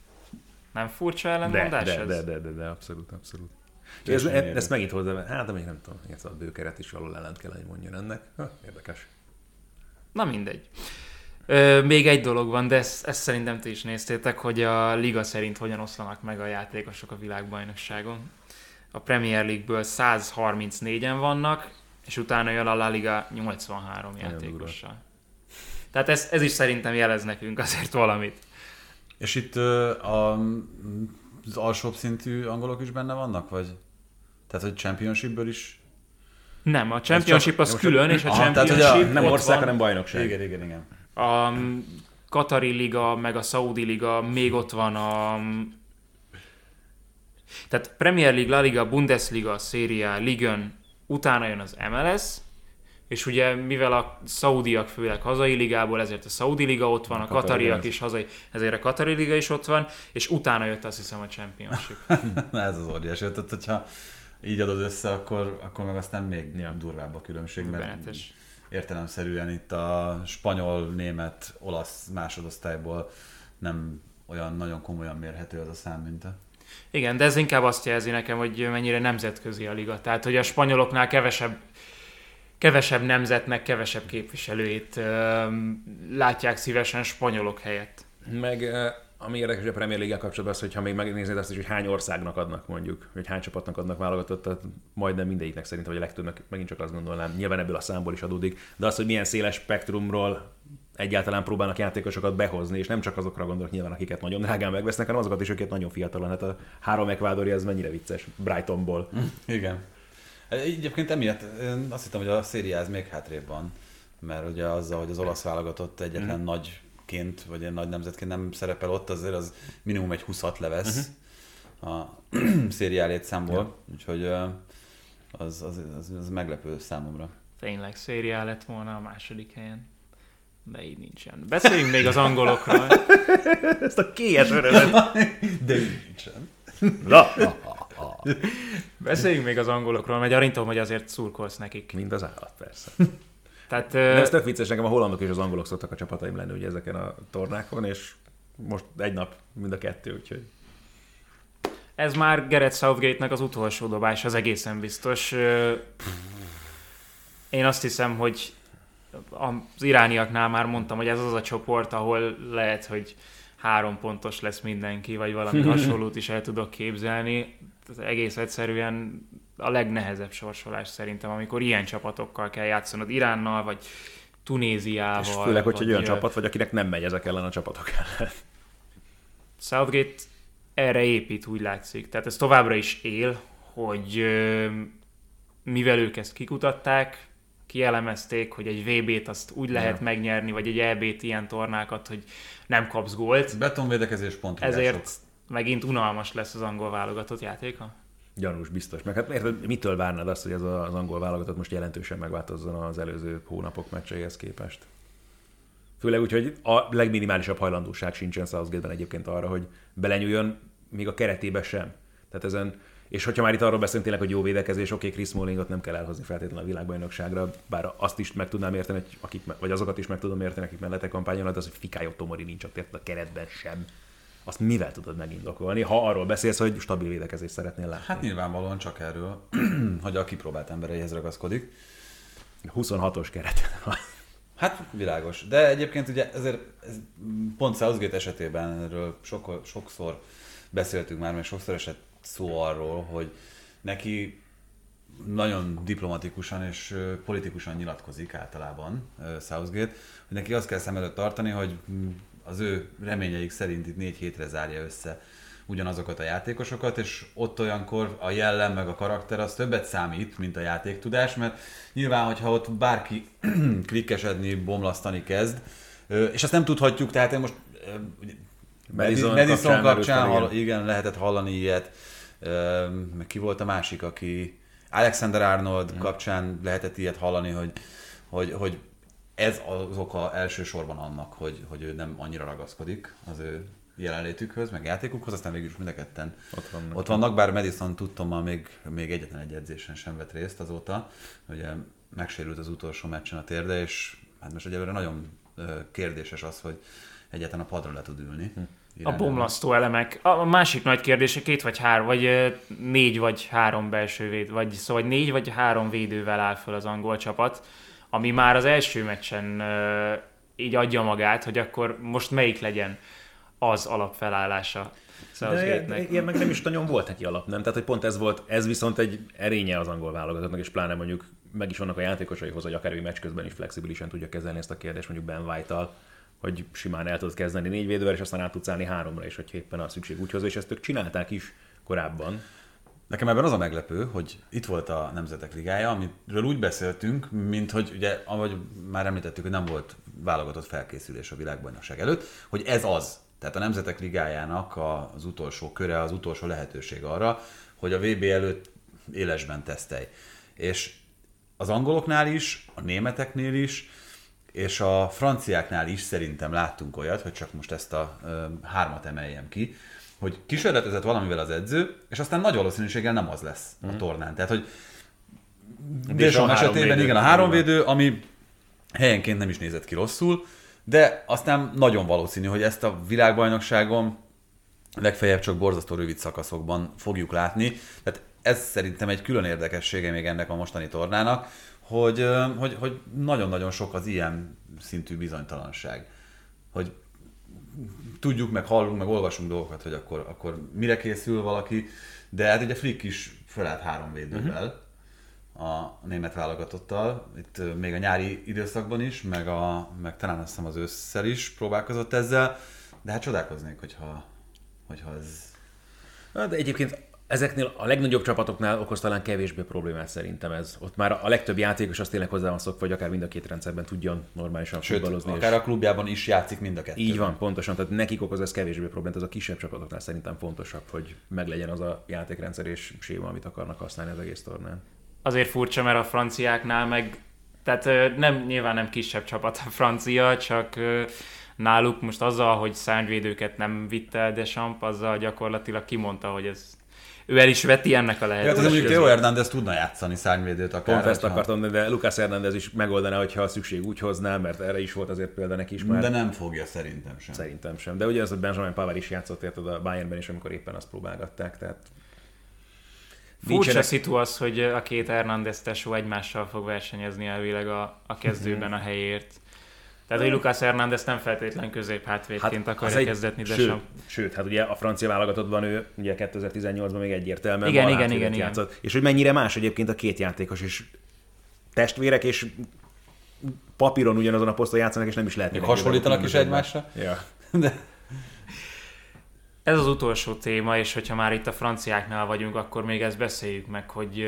Nem furcsa ellenmondás de, ez? De, de, de, de, abszolút, abszolút. Ez, ezt, ezt megint hozzá, hát de még nem tudom, ez a bőkeret is valahol ellent kell, hogy mondjon ennek. Ha, érdekes. Na mindegy. Ö, még egy dolog van, de ezt, ezt szerintem ti is néztétek, hogy a liga szerint hogyan oszlanak meg a játékosok a világbajnokságon. A Premier League-ből száz harmincnégyen vannak, és utána jön a La Liga nyolcvanhárom játékossal. Tehát ez, ez is szerintem jelez nekünk azért valamit. És itt uh, a, az alsóbb szintű angolok is benne vannak, vagy? Tehát, hogy Championshipből is? Nem, a Championship az külön, és a aha, Championship tehát, a, nem ország, hanem bajnokság. Igen, igen, igen. A Katari Liga, meg a Szaudi Liga, még ott van a... Tehát Premier League, La Liga, Bundesliga, Serie A, Ligon, utána jön az em el es, és ugye mivel a szaudiak főleg hazai ligából, ezért a Szaudi Liga ott van, a, a katariak is hazai, ezért a Katari Liga is ott van, és utána jött azt hiszem a Championship. Na ez az óriási, tehát hogyha így adod össze, akkor, akkor meg aztán még ja. durvább a különbség, mert Benetes. Értelemszerűen itt a spanyol, német, olasz másodosztályból nem olyan nagyon komolyan mérhető az a számminta. Igen, de ez inkább azt jelzi nekem, hogy mennyire nemzetközi a liga. Tehát, hogy a spanyoloknál kevesebb, kevesebb nemzetnek, kevesebb képviselőit ö, látják szívesen spanyolok helyett. Meg Ami érdekes a Premier League-el kapcsolatban az, hogyha még megnézed azt is, hogy hány országnak adnak mondjuk, hogy hány csapatnak adnak válogatottat, majdnem mindegyiknek szerintem, vagy a legtöbbnek, megint csak azt gondolnám, nyilván ebből a számból is adódik, de az, hogy milyen széles spektrumról egyáltalán próbálnak játékosokat behozni, és nem csak azokra gondolok nyilván, akiket nagyon drágán megvesznek, hanem azokat is, akiket nagyon fiatalon. Hát a három ekvádori, ez mennyire vicces, Brightonból. Igen. Egyébként emiatt azt hittem, hogy a Serie A ez még hátrébb van, mert ugye azzal, hogy az olasz válogatott egyetlen mm. nagyként, vagy egy nagy nemzetként nem szerepel ott, azért az minimum egy huszat levesz uh-huh. a Serie A létszámból, ja. Úgyhogy az, az, az, az meglepő számomra. Tényleg Serie A lett volna a második helyen. De így nincsen. Beszéljünk még az angolokról. Ezt a kélyes örömet. De így nincsen. Na. Beszéljünk még az angolokról, mert gyanítom, hogy azért szurkolsz nekik. Mind az állat, persze. Tehát, de ez tök vicces, nekem a hollandok és az angolok szoktak a csapataim lenni ugye ezeken a tornákon, és most egy nap mind a kettő, úgyhogy... Ez már Gareth Southgate-nek az utolsó dobás, az egészen biztos. Én azt hiszem, hogy az irániaknál már mondtam, hogy ez az a csoport, ahol lehet, hogy három pontos lesz mindenki, vagy valami hasonlót is el tudok képzelni. Ez egész egyszerűen a legnehezebb sorsolás szerintem, amikor ilyen csapatokkal kell játszanod, Iránnal, vagy Tunéziával. És főleg, hogy vagy egy olyan csapat vagy, akinek nem megy ezek ellen a csapatok ellen. Southgate erre épít, úgy látszik. Tehát ez továbbra is él, hogy mivel ők ezt kikutatták, kielemezték, hogy egy vé bét azt úgy lehet ja. megnyerni, vagy egy é bét, ilyen tornákat, hogy nem kapsz gólt. Betonvédekezés, pontrugások. Ezért megint unalmas lesz az angol válogatott játéka? Gyanús, biztos. Meg hát érted, mitől várnád azt, hogy ez az angol válogatott most jelentősen megváltozzon az előző hónapok meccseihez képest? Főleg úgy, hogy a legminimálisabb hajlandóság sincsen Southgate-ben egyébként arra, hogy belenyúljon még a keretébe sem. Tehát ezen, és hogyha már itt arról beszélünk tényleg, hogy jó védekezés, oké, okay, Chris Smallingot nem kell elhozni feltétlenül a világbajnokságra, bár azt is meg tudnám érteni, hogy akik, vagy azokat is meg tudom érteni, akik mellette kampányolnak, az, hogy Fikayo Tomori nincs ott a keretben sem. Azt mivel tudod megindokolni, ha arról beszélsz, hogy stabil védekezést szeretnél látni? Hát nyilvánvalóan csak erről, hogy a kipróbált embereihez ragaszkodik. huszonhatos keret. Hát világos. De egyébként ugye ezért ez pont Southgate esetében erről sok, sokszor beszéltünk már, mert sokszor esett szó arról, hogy neki nagyon diplomatikusan és politikusan nyilatkozik általában Southgate, hogy neki azt kell szem előtt tartani, hogy az ő reményeik szerint itt négy hétre zárja össze ugyanazokat a játékosokat, és ott olyankor a jellem meg a karakter az többet számít, mint a játéktudás, mert nyilván, hogyha ott bárki klikkesedni, bomlasztani kezd, és azt nem tudhatjuk, tehát én most Madison, Madison kapcsán, kapcsán hall, igen, lehetett hallani ilyet, meg ki volt a másik, aki Alexander Arnold mm. kapcsán lehetett ilyet hallani, hogy, hogy, hogy ez az oka elsősorban annak, hogy, hogy ő nem annyira ragaszkodik az ő jelenlétükhöz, meg játékukhoz, aztán végül is mind a ketten ott vannak. Ott vannak, bár Madison tudtommal még, még egyetlen egy edzésen sem vett részt azóta. Ugye megsérült az utolsó meccsen a térde, és hát most egyelőre nagyon kérdéses az, hogy egyáltalán a padra le tud ülni. Hm. A bomlasztó elemek. A másik nagy kérdése két vagy három, vagy négy vagy három belső véd, vagy szóval négy vagy három védővel áll föl az angol csapat, ami már az első meccsen így adja magát, hogy akkor most melyik legyen az alapfelállása Southgate-nek. Ilyen meg nem is nagyon volt neki alap, nem? Tehát, hogy pont ez volt, ez viszont egy erénye az angol válogatottnak, és pláne mondjuk meg is vannak a játékosaihoz, hogy akár egy meccs közben is flexibilisen tudja kezelni ezt a kérdést, mondjuk Ben White-tal, hogy simán el tudod kezdeni négy védővel, és aztán át tudsz állni háromra is, hogy éppen a szükség úgy hozzá, és ezt ők csinálták is korábban. Nekem ebben az a meglepő, hogy itt volt a Nemzetek Ligája, amiről úgy beszéltünk, mint hogy ugye, ahogy már említettük, hogy nem volt válogatott felkészülés a világbajnokság előtt, hogy ez az. Tehát a Nemzetek Ligájának az utolsó köre, az utolsó lehetőség arra, hogy a vé bé előtt élesben tesztelj. És az angoloknál is, a németeknél is, és a franciáknál is szerintem láttunk olyat, hogy csak most ezt a ö, hármat emeljem ki, hogy kísérletezett valamivel az edző, és aztán nagy valószínűséggel nem az lesz mm. a tornán. Tehát, hogy Deschamps esetében igen, a háromvédő, ami helyenként nem is nézett ki rosszul, de aztán nagyon valószínű, hogy ezt a világbajnokságon legfeljebb csak borzasztó rövid szakaszokban fogjuk látni. Tehát ez szerintem egy külön érdekessége még ennek a mostani tornának, hogy, hogy, hogy nagyon-nagyon sok az ilyen szintű bizonytalanság. Hogy tudjuk, meg hallunk, meg olvasunk dolgokat, hogy akkor, akkor mire készül valaki, de hát ugye Flick is felállt három védővel uh-huh. a német válogatottal, itt még a nyári időszakban is, meg, a, meg talán azt hiszem az ősszel is próbálkozott ezzel, de hát csodálkoznék, hogyha, hogyha ez... De egyébként ezeknél a legnagyobb csapatoknál okoz talán kevésbé problémát szerintem ez. Ott már a legtöbb játékos az tényleg hozzá van szokva, hogy akár mind a két rendszerben tudjon normálisan futballozni. Akár a klubjában is játszik mind a kettő. Így van, pontosan. Tehát nekik okoz ez kevésbé problémát. Ez a kisebb csapatoknál szerintem fontosabb, hogy meglegyen az a játékrendszer és séma, amit akarnak használni az egész tornán. Azért furcsa, mert a franciáknál meg, tehát nem, nyilván nem kisebb csapat a francia, csak náluk most azzal, hogy szárnyvédőket nem vitte el Deschamps, azzal gyakorlatilag kimondta, hogy ez ő el is veti ennek a lehetőséget. Ja, mondjuk Theo Hernández tudna játszani szárnyvédőt akár. Pont ezt akartam, de Lucas Hernández is megoldaná, hogyha a szükség úgy hozná, mert erre is volt azért példa neki is már. De nem fogja szerintem sem. Szerintem sem. De ugye az, hogy Benjamin Pavard is játszott érted a Bayernben is, amikor éppen azt próbálgatták, tehát... Furcsa nincsenek... szitu az, hogy a két Hernández tesó egymással fog versenyezni elvileg a, a kezdőben a helyért. Tehát, hogy Lucas Hernández nem feltétlen középhátvédként hát akarja kezdetni, de sőt, sem. Sőt, hát ugye a francia válogatottban ő ugye kétezer-tizennyolcban még egyértelműen igen, igen, igen, játszott. igen. És hogy mennyire más egyébként a két játékos is testvérek, és papíron ugyanazon a poszton játszanak, és nem is lehet. Hasonlítanak is egymásra? Ja. De... Ez az utolsó téma, és hogyha már itt a franciáknál vagyunk, akkor még ezt beszéljük meg, hogy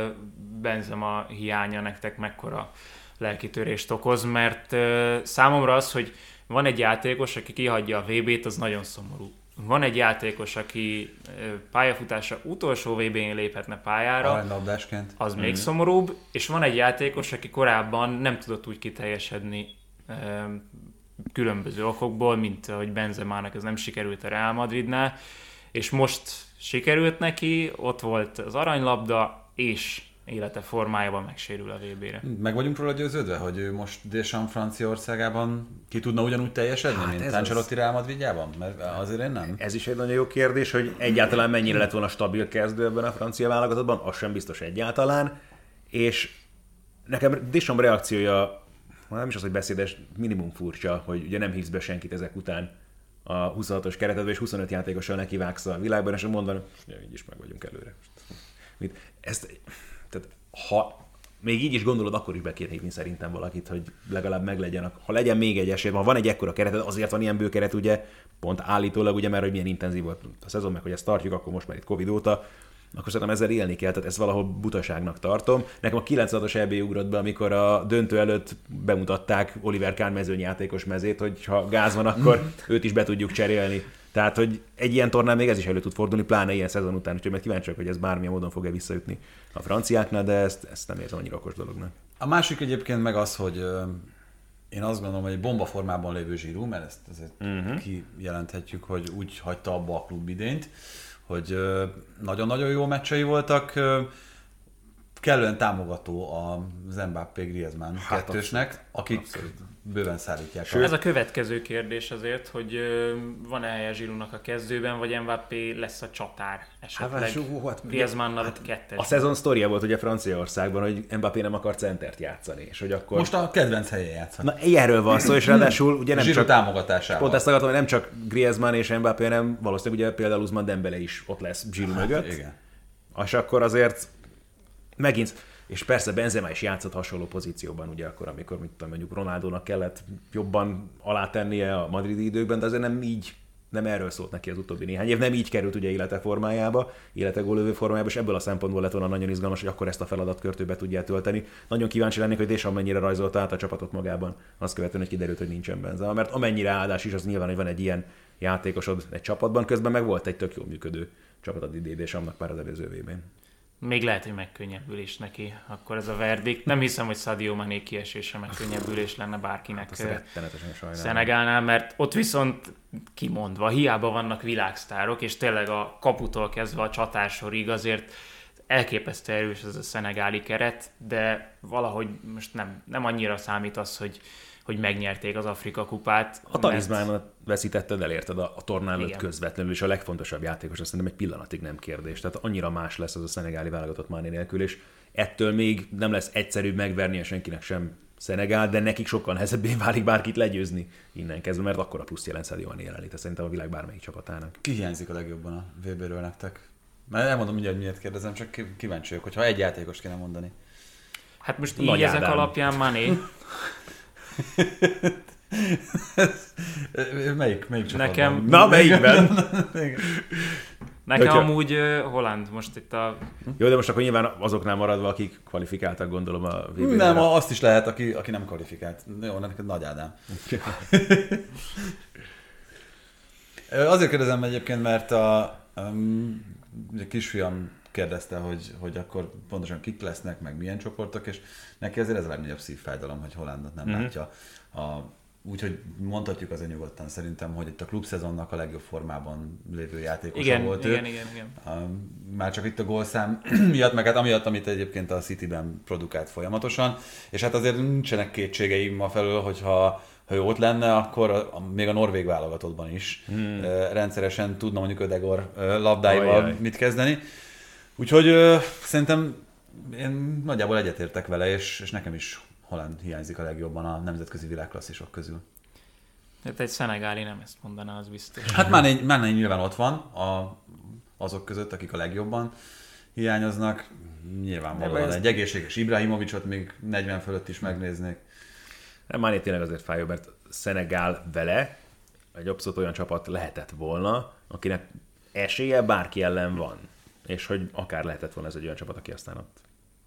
Benzema hiánya nektek mekkora lelkitörést okoz, mert uh, számomra az, hogy van egy játékos, aki kihagyja a vé bét, az nagyon szomorú. Van egy játékos, aki uh, pályafutása utolsó vé bén léphetne pályára, az mm. még szomorúbb, és van egy játékos, aki korábban nem tudott úgy kiteljesedni uh, különböző okokból, mint hogy Benzemának ez nem sikerült a Real Madridnál, és most sikerült neki, ott volt az aranylabda, és élete formájában megsérül a vé bére. Meg vagyunk róla győződve, hogy ő most Deschamps Franciaországában ki tudna ugyanúgy teljesedni, hát mint Ancelotti Real Madridjában? Mert azért én nem. Ez is egy nagyon jó kérdés, hogy egyáltalán mennyire lett volna stabil kezdő ebben a francia válogatotban, az sem biztos egyáltalán, és nekem Deschamps reakciója, nem is az, hogy beszédes, minimum furcsa, hogy ugye nem hívsz be senkit ezek után a huszonhatos keretedbe, és huszonöt játékossal nekivágsz a világban, és mondanak, hogy így is meg vagyunk előre. Mit? Ezt... Tehát, ha még így is gondolod, akkor is be kéne hívni szerintem valakit, hogy legalább meglegyen. Ha legyen még egy esély, ha van egy ekkora kereted, azért van ilyen bőkeret, ugye, pont állítólag, ugye, mert hogy milyen intenzív volt a szezon, meg hogy ezt tartjuk, akkor most már itt Covid óta, akkor szerintem ezzel élni kell, tehát ezt valahol butaságnak tartom. Nekem a kilencvenhatos é bé ugrott be, amikor a döntő előtt bemutatták Oliver Kahn mezőnyjátékos mezét, hogy ha gáz van, akkor őt is be tudjuk cserélni. Tehát, hogy egy ilyen tornán még ez is elő tud fordulni, pláne ilyen szezon után, úgyhogy meg kíváncsiak, hogy ez bármilyen módon fog-e visszaütni a franciáknál, de ezt, ezt nem érzem annyira okos dolognak. A másik egyébként meg az, hogy uh, én azt gondolom, hogy egy bomba formában lévő Giroud, mert ezt azért uh-huh. kijelenthetjük, hogy úgy hagyta abba a klub idényt, hogy uh, nagyon-nagyon jó meccsei voltak, uh, kellően támogató az Mbappé-Griezmann hát kettősnek, abszolút, akik abszolút. bőven szállítják. Sőt, ez a következő kérdés azért, hogy van-e helye Giroudnak a kezdőben, vagy Mbappé lesz a csatár esetleg hát, Griezmannnal hát, kettes. A szezon sztoria volt ugye Franciaországban, hogy Mbappé nem akar centert játszani. És hogy akkor... Most a kedvenc helyen játszani. Na, erről van szó, és ráadásul ugye nem Giroud csak... támogatásával. Pont ezt akartam, hogy nem csak Griezmann és Mbappé, hanem valószínűleg ugye például Ousmane Dembélé is ott lesz Giroud hát, mögött. Igen. És akkor azért megint, és persze Benzema is játszott hasonló pozícióban, ugye akkor, amikor mit tudom, mondjuk Ronaldónak kellett jobban alátennie a madridi időkben, de azért nem így, nem erről szólt neki az utóbbi néhány év, nem így került ugye élete formájába, élete gólövő formájába, és ebből a szempontból lett volna nagyon izgalmas, hogy akkor ezt a feladatkört ő be tudja tölteni. Nagyon kíváncsi lennék, hogy Deschamps mennyire rajzolta át a csapatot magában, azt követően, hogy kiderült, hogy nincsen Benzema, mert amennyire áldás is, az nyilván, hogy van egy ilyen játékosod egy csapatban, közben meg volt egy tök jól működő csapat a Didier Deschampsnak pár az előző évben. Még lehet, hogy megkönnyebbülés neki, akkor ez a verdikt. Nem hiszem, hogy Sadio Mané kiesése megkönnyebbülés lenne bárkinek hát Szenegálnál, mert ott viszont kimondva, hiába vannak világsztárok, és tényleg a kaputól kezdve a csatársorig azért elképesztő erős ez a szenegáli keret, de valahogy most nem, nem annyira számít az, hogy hogy megnyerték az Afrika kupát. A talizmánon mert... veszítetted, elérted a, a tornán előtt közvetlenül, és a legfontosabb játékos, azt szerintem egy pillanatig nem kérdés. Tehát annyira más lesz az a szenegáli válogatott Mané nélkül, és ettől még nem lesz egyszerűbb megvernie senkinek sem Szenegál, de nekik sokkal nehezebbé válik bárkit legyőzni innen kezdve, mert akkor a plusz jelent Sadio Mané jelenléte szerintem a világ bármelyik csapatának. Ki hiányzik a legjobban a vé bé-ről nektek? Mert elmondom mindjárt, miért kérdezem, csak kíváncsi vagyok, hogyha egy játékos kéne mondani. Hát most így ezek Ádám. Alapján Mané. melyik, melyik csapatban? Nekem... Na, melyikben? Nekem Hogyha... amúgy uh, Holland most itt a... Jó, de most akkor nyilván azoknál maradva, akik kvalifikáltak, gondolom a vé bé-re. Nem, azt is lehet, aki, aki nem kvalifikált. Jó, neked Nagy Ádám. Azért kérdezem egyébként, mert a, um, a kisfiam kérdezte, hogy, hogy akkor pontosan kik lesznek, meg milyen csoportok, és neki azért ez a legnagyobb szívfájdalom, hogy Hollandot nem mm-hmm. látja. A, úgyhogy mondhatjuk azért nyugodtan szerintem, hogy itt a klubszezonnak a legjobb formában lévő játékosa igen, volt igen, ő. Igen, igen, igen. Már csak itt a gólszám miatt, meg hát amiatt, amit egyébként a Cityben produkált folyamatosan, és hát azért nincsenek kétségeim ma felől, hogyha ha ő ott lenne, akkor a, a, még a norvég válogatottban is hmm. uh, rendszeresen tudna mondjuk Ödegor uh, labdáival Ajaj. mit kezdeni. Úgyhogy uh, szerintem én nagyjából egyetértek vele, és, és nekem is Holland hiányzik a legjobban a nemzetközi világklasszisok közül. Tehát egy szenegáli nem ezt mondaná, az biztos. Hát Mané, Mané nyilván ott van a, azok között, akik a legjobban hiányoznak. Nyilvánvalóan egy egészséges Ibrahimovicsot még negyven fölött is megnéznék. Mané tényleg azért fájó, mert Szenegál vele egy abszolút olyan csapat lehetett volna, akinek esélye bárki ellen van. És hogy akár lehetett volna ez egy olyan csapat, aki aztán ott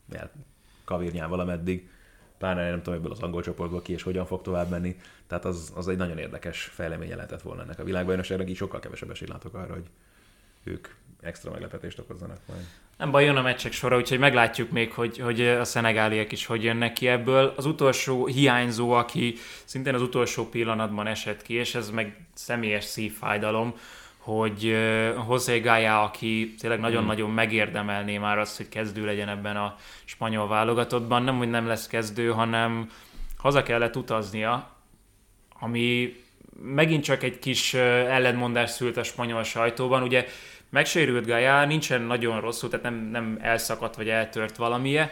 kavirnyál valameddig. Pláne nem tudom, ebből az angol csoportból ki és hogyan fog tovább menni. Tehát az, az egy nagyon érdekes fejleménye lehetett volna ennek a világbajnokságnak, így sokkal kevesebb esélyt látok arra, hogy ők extra meglepetést okozzanak majd. Nem baj, jön a meccsek sora, úgyhogy meglátjuk még, hogy, hogy a szenegáliek is hogy jönnek ki ebből. Az utolsó hiányzó, aki szintén az utolsó pillanatban esett ki, és ez meg személyes szívfájdalom, hogy José Gaya, aki tényleg nagyon-nagyon megérdemelné már azt, hogy kezdő legyen ebben a spanyol válogatottban, nem, hogy nem lesz kezdő, hanem haza kellett utaznia, ami megint csak egy kis ellentmondás szült a spanyol sajtóban. Ugye megsérült Gaya, nincsen nagyon rosszul, tehát nem, nem elszakadt vagy eltört valamije,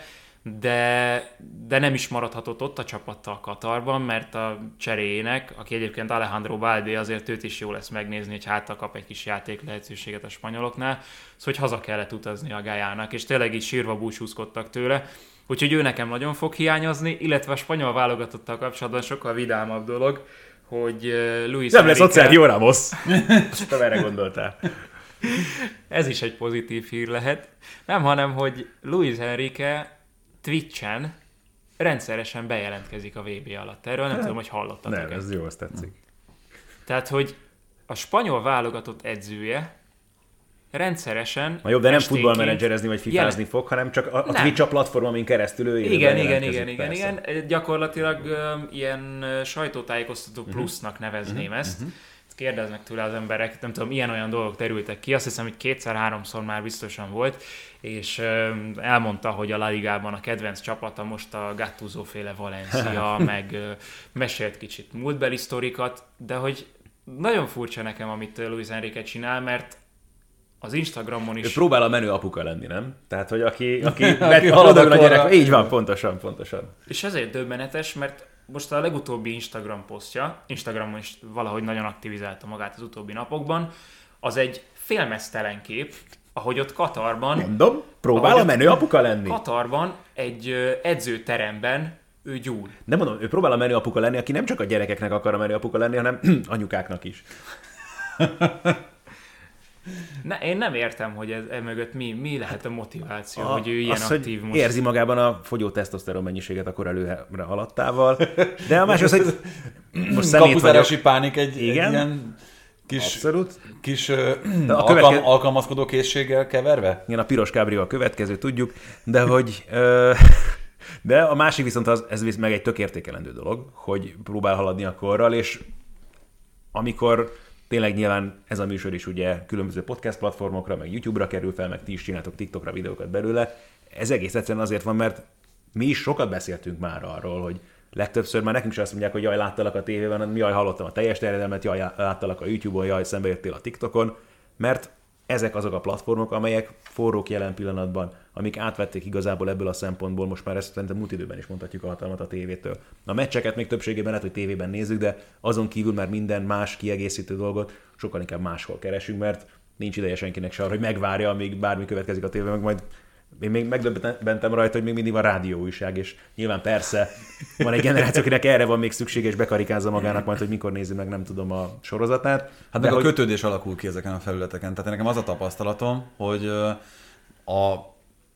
de, de nem is maradhatott ott a csapattal Katarban, mert a cseréjének, aki egyébként Alejandro Balde, azért őt is jó lesz megnézni, hogy hátra kap egy kis játék lehetőséget a spanyoloknál, szóval hogy haza kellett utazni a Gayának, és tényleg így sírva búcsúzkodtak tőle, úgyhogy ő nekem nagyon fog hiányozni, illetve a spanyol válogatottal kapcsolatban sokkal vidámabb dolog, hogy Luis Nem Enrique... lesz ott Sergio Ramos. Csak erre gondoltál. Ez is egy pozitív hír lehet. Nem, hanem, hogy Luis Enrique Twitchen rendszeresen bejelentkezik a vé bé alatt. Erről nem tudom, hogy hallottatok. Nem, ez jó, azt tetszik. Tehát, hogy a spanyol válogatott edzője rendszeresen... Na jobb, de nem futballmenedzserezni vagy fifázni jelen... fog, hanem csak a, a Twitch a platform, amin keresztül ő igen, igen, igen, igen, igen. Gyakorlatilag um, ilyen uh, sajtótájékoztató plusznak nevezném uh-huh. ezt. Uh-huh. Kérdeznek tőle az emberek, nem tudom, ilyen-olyan dolgok terültek ki, azt hiszem, hogy kétszer-háromszor már biztosan volt, és elmondta, hogy a La Ligában a kedvenc csapata most a Gattuso-féle Valencia, meg mesélt kicsit múltbeli sztorikat, de hogy nagyon furcsa nekem, amit Luis Enrique csinál, mert az Instagramon is... Ő próbál a menő apuka lenni, nem? Tehát, hogy aki, aki, aki halad a gyerek, így van, pontosan, pontosan. És ezért döbbenetes, mert most a legutóbbi Instagram posztja, Instagramon is valahogy nagyon aktivizálta magát az utóbbi napokban, az egy félmeztelen kép, ahogy ott Katarban... Mondom, próbál a menő apuka lenni. Katarban egy edzőteremben ő gyúr. Nem mondom, ő próbál a menő apuka lenni, aki nem csak a gyerekeknek akar a menő apuka lenni, hanem anyukáknak is. Ne, én nem értem, hogy ez, ez mögött mi, mi lehet a motiváció, a, hogy ő ilyen az, aktív hogy most. Érzi magában a fogyó tesztoszteron mennyiséget akkor előre haladtával. De a másik az, hogy most kapuzárási pánik egy, egy igen? ilyen kis, abszolút. kis uh, alkalm, követke... alkalmazkodó készséggel keverve? Igen, a piros kábrió a következő, tudjuk, de hogy... Uh, de a másik viszont az, ez visz meg egy tök értékelendő dolog, hogy próbál haladni a korral, és amikor tényleg nyilván ez a műsor is ugye különböző podcast platformokra, meg YouTube-ra kerül fel, meg ti is csináltok TikTokra videókat belőle. Ez egész egyszerűen azért van, mert mi is sokat beszéltünk már arról, hogy legtöbbször már nekünk sem azt mondják, hogy jaj, láttalak a tévében, hanem jaj, hallottam a teljes terjedelmet, jaj, láttalak a YouTube-on, jaj, szembe jöttél a TikTokon, mert ezek azok a platformok, amelyek forrók jelen pillanatban, amik átvették igazából ebből a szempontból, most már ezt szerintem múlt időben is mondhatjuk a hatalmat a tévétől. A meccseket még többségében lehet, hogy tévében nézzük, de azon kívül már minden más kiegészítő dolgot sokkal inkább máshol keresünk, mert nincs ideje senkinek se arra, hogy megvárja, amíg bármi következik a tévében, meg majd én még megdöbbentem rajta, hogy még mindig van rádióújság, és nyilván persze van egy generáció, akinek erre van még szüksége, és bekarikázza magának majd, hogy mikor nézi meg, nem tudom, a sorozatát. Hát meg hogy... a kötődés alakul ki ezeken a felületeken. Tehát nekem az a tapasztalatom, hogy a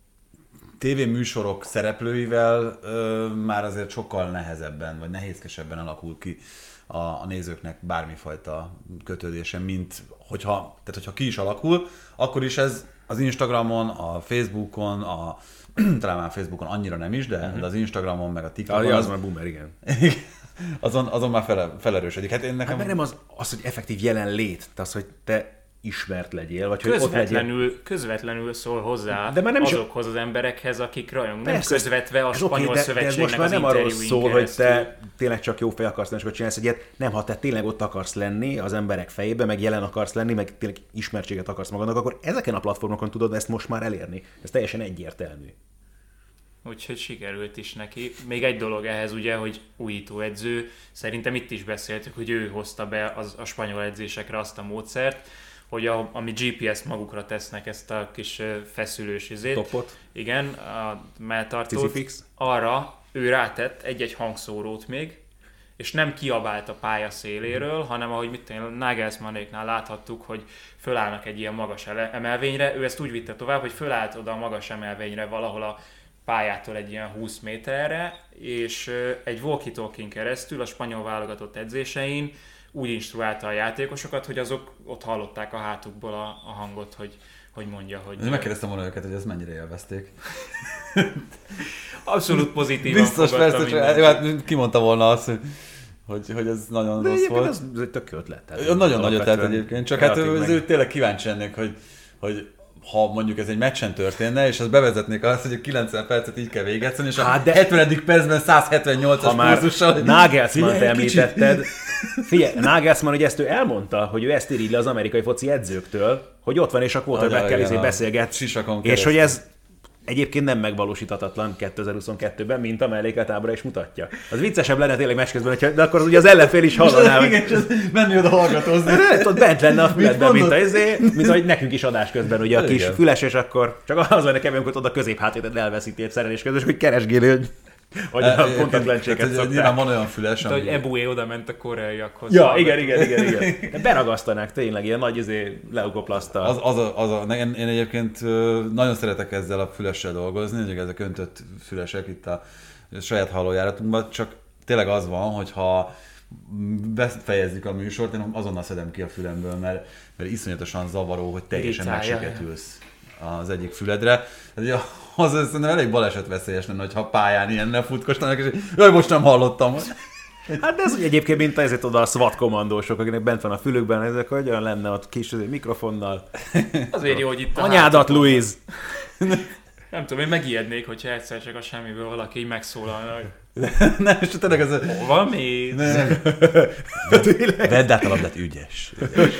tévéműsorok szereplőivel már azért sokkal nehezebben, vagy nehézkesebben alakul ki a, a nézőknek bármifajta kötődése, mint hogyha, tehát hogyha ki is alakul, akkor is ez az Instagramon, a Facebookon, a, talán már Facebookon annyira nem is, de, uh-huh. de az Instagramon, meg a TikTokon. Ah, az, az már boomer, igen. azon, azon már fele, felerősödik. Hát én nekem... Hát meg nem az, az, hogy effektív jelenlét, az, hogy te ismert legyél, vagy hogy közvetlenül, ott legyél. Közvetlenül szól hozzá de már nem azokhoz az emberekhez, akik rajong. Nem persze, közvetve a spanyol okay, de, szövetségnek de most már az nem arról szól, keresztül. hogy te tényleg csak jó fej akarsz lenni, és csinálsz egyet. Nem, ha te tényleg ott akarsz lenni az emberek fejében, meg jelen akarsz lenni, meg tényleg ismertséget akarsz magadnak, akkor ezeken a platformokon tudod ezt most már elérni. Ez teljesen egyértelmű. Úgyhogy sikerült is neki. Még egy dolog ehhez ugye, hogy újító edző. Szerintem itt is beszéltük, hogy ő hozta be az, a spanyol edzésekre azt a módszert, hogy a, ami gé pé es-t magukra tesznek, ezt a kis feszülős izét. Topot. Igen, a melltartót. Arra ő rátett egy-egy hangszórót még, és nem kiabált a pálya széléről, hanem ahogy mit tudom, Nagelsmannéknál láthattuk, hogy fölállnak egy ilyen magas emelvényre, ő ezt úgy vitte tovább, hogy fölállt oda a magas emelvényre valahol a pályától egy ilyen húsz méterre, és egy walkie-talkie-n keresztül a spanyol válogatott edzésein úgy instruálta a játékosokat, hogy azok ott hallották a hátukból a, a hangot, hogy, hogy mondja, hogy... Én megkérdeztem volna őket, hogy ezt mennyire élvezték. Abszolút pozitívan biztos, persze, csak, hát kimondta volna azt, hogy, hogy, hogy ez nagyon de rossz volt. ez, ez egy tök ötlet. Tehát nagyon nagy ötlet egyébként, csak hát ő, ő tényleg kíváncsi lennék, hogy, hogy ha mondjuk ez egy meccsen történne, és azt bevezetnék azt, hogy a kilencven percet így kell végezni, és hát a hetvenedik percben száz hetvennyolcas kurzussal... Ha már Nagelsmann-t említetted, figyelj, Nagelsmann, hogy ezt ő elmondta, hogy ő ezt irigy le az amerikai foci edzőktől, hogy ott van és a quarterbackkel izé beszélget, és hogy ez egyébként nem megvalósíthatatlan kétezer-huszonkettőben, mint a mellékletábra is mutatja. Az viccesebb lenne tényleg meccs közben, hogyha, de akkor az ugye az ellenfél is hallaná. Igen, és menni oda hallgatózni. Ott bent lenne a füledben, mint, izé, mint ahogy nekünk is adás közben, ugye a kis igen. Füles, és akkor csak az lenne kevés, amikor oda középhátvédet elveszíti egy szerelés közben, és hogy keresgél, hogy vagy a pontatlenséget szokták. Nyilván van olyan füles, ami... hogy Ebué oda ment a koreaiakhoz. Ja, igen, igen, igen, igen. Beragasztanák tényleg ilyen nagy izé, leukoplasztal. Az, az, a, az a, én egyébként nagyon szeretek ezzel a fülessel dolgozni, hogy ezek öntött fülesek itt a saját hallójáratunkban, csak tényleg az van, hogyha befejezzük a műsort, én azonnal szedem ki a fülemből, mert, mert iszonyatosan zavaró, hogy teljesen megsüketülsz az egyik füledre. Tehát, az szerintem elég balesetveszélyes lenne, hogyha pályán ilyennel futkostanak, és jaj, most nem hallottam. Hát de ez ugye egyébként mint ezért oda a SWAT kommandósok, akinek bent van a fülükben, ezek hogyan lenne ott kis mikrofonnal. Azért jó, hogy itt a anyádat, Louise! Nem tudom, én megijednék, hogyha egyszer csak a semmiből valaki így megszólalna. Nem, és tényleg ez... Hova mész? Vedd át a labdát, ügyes.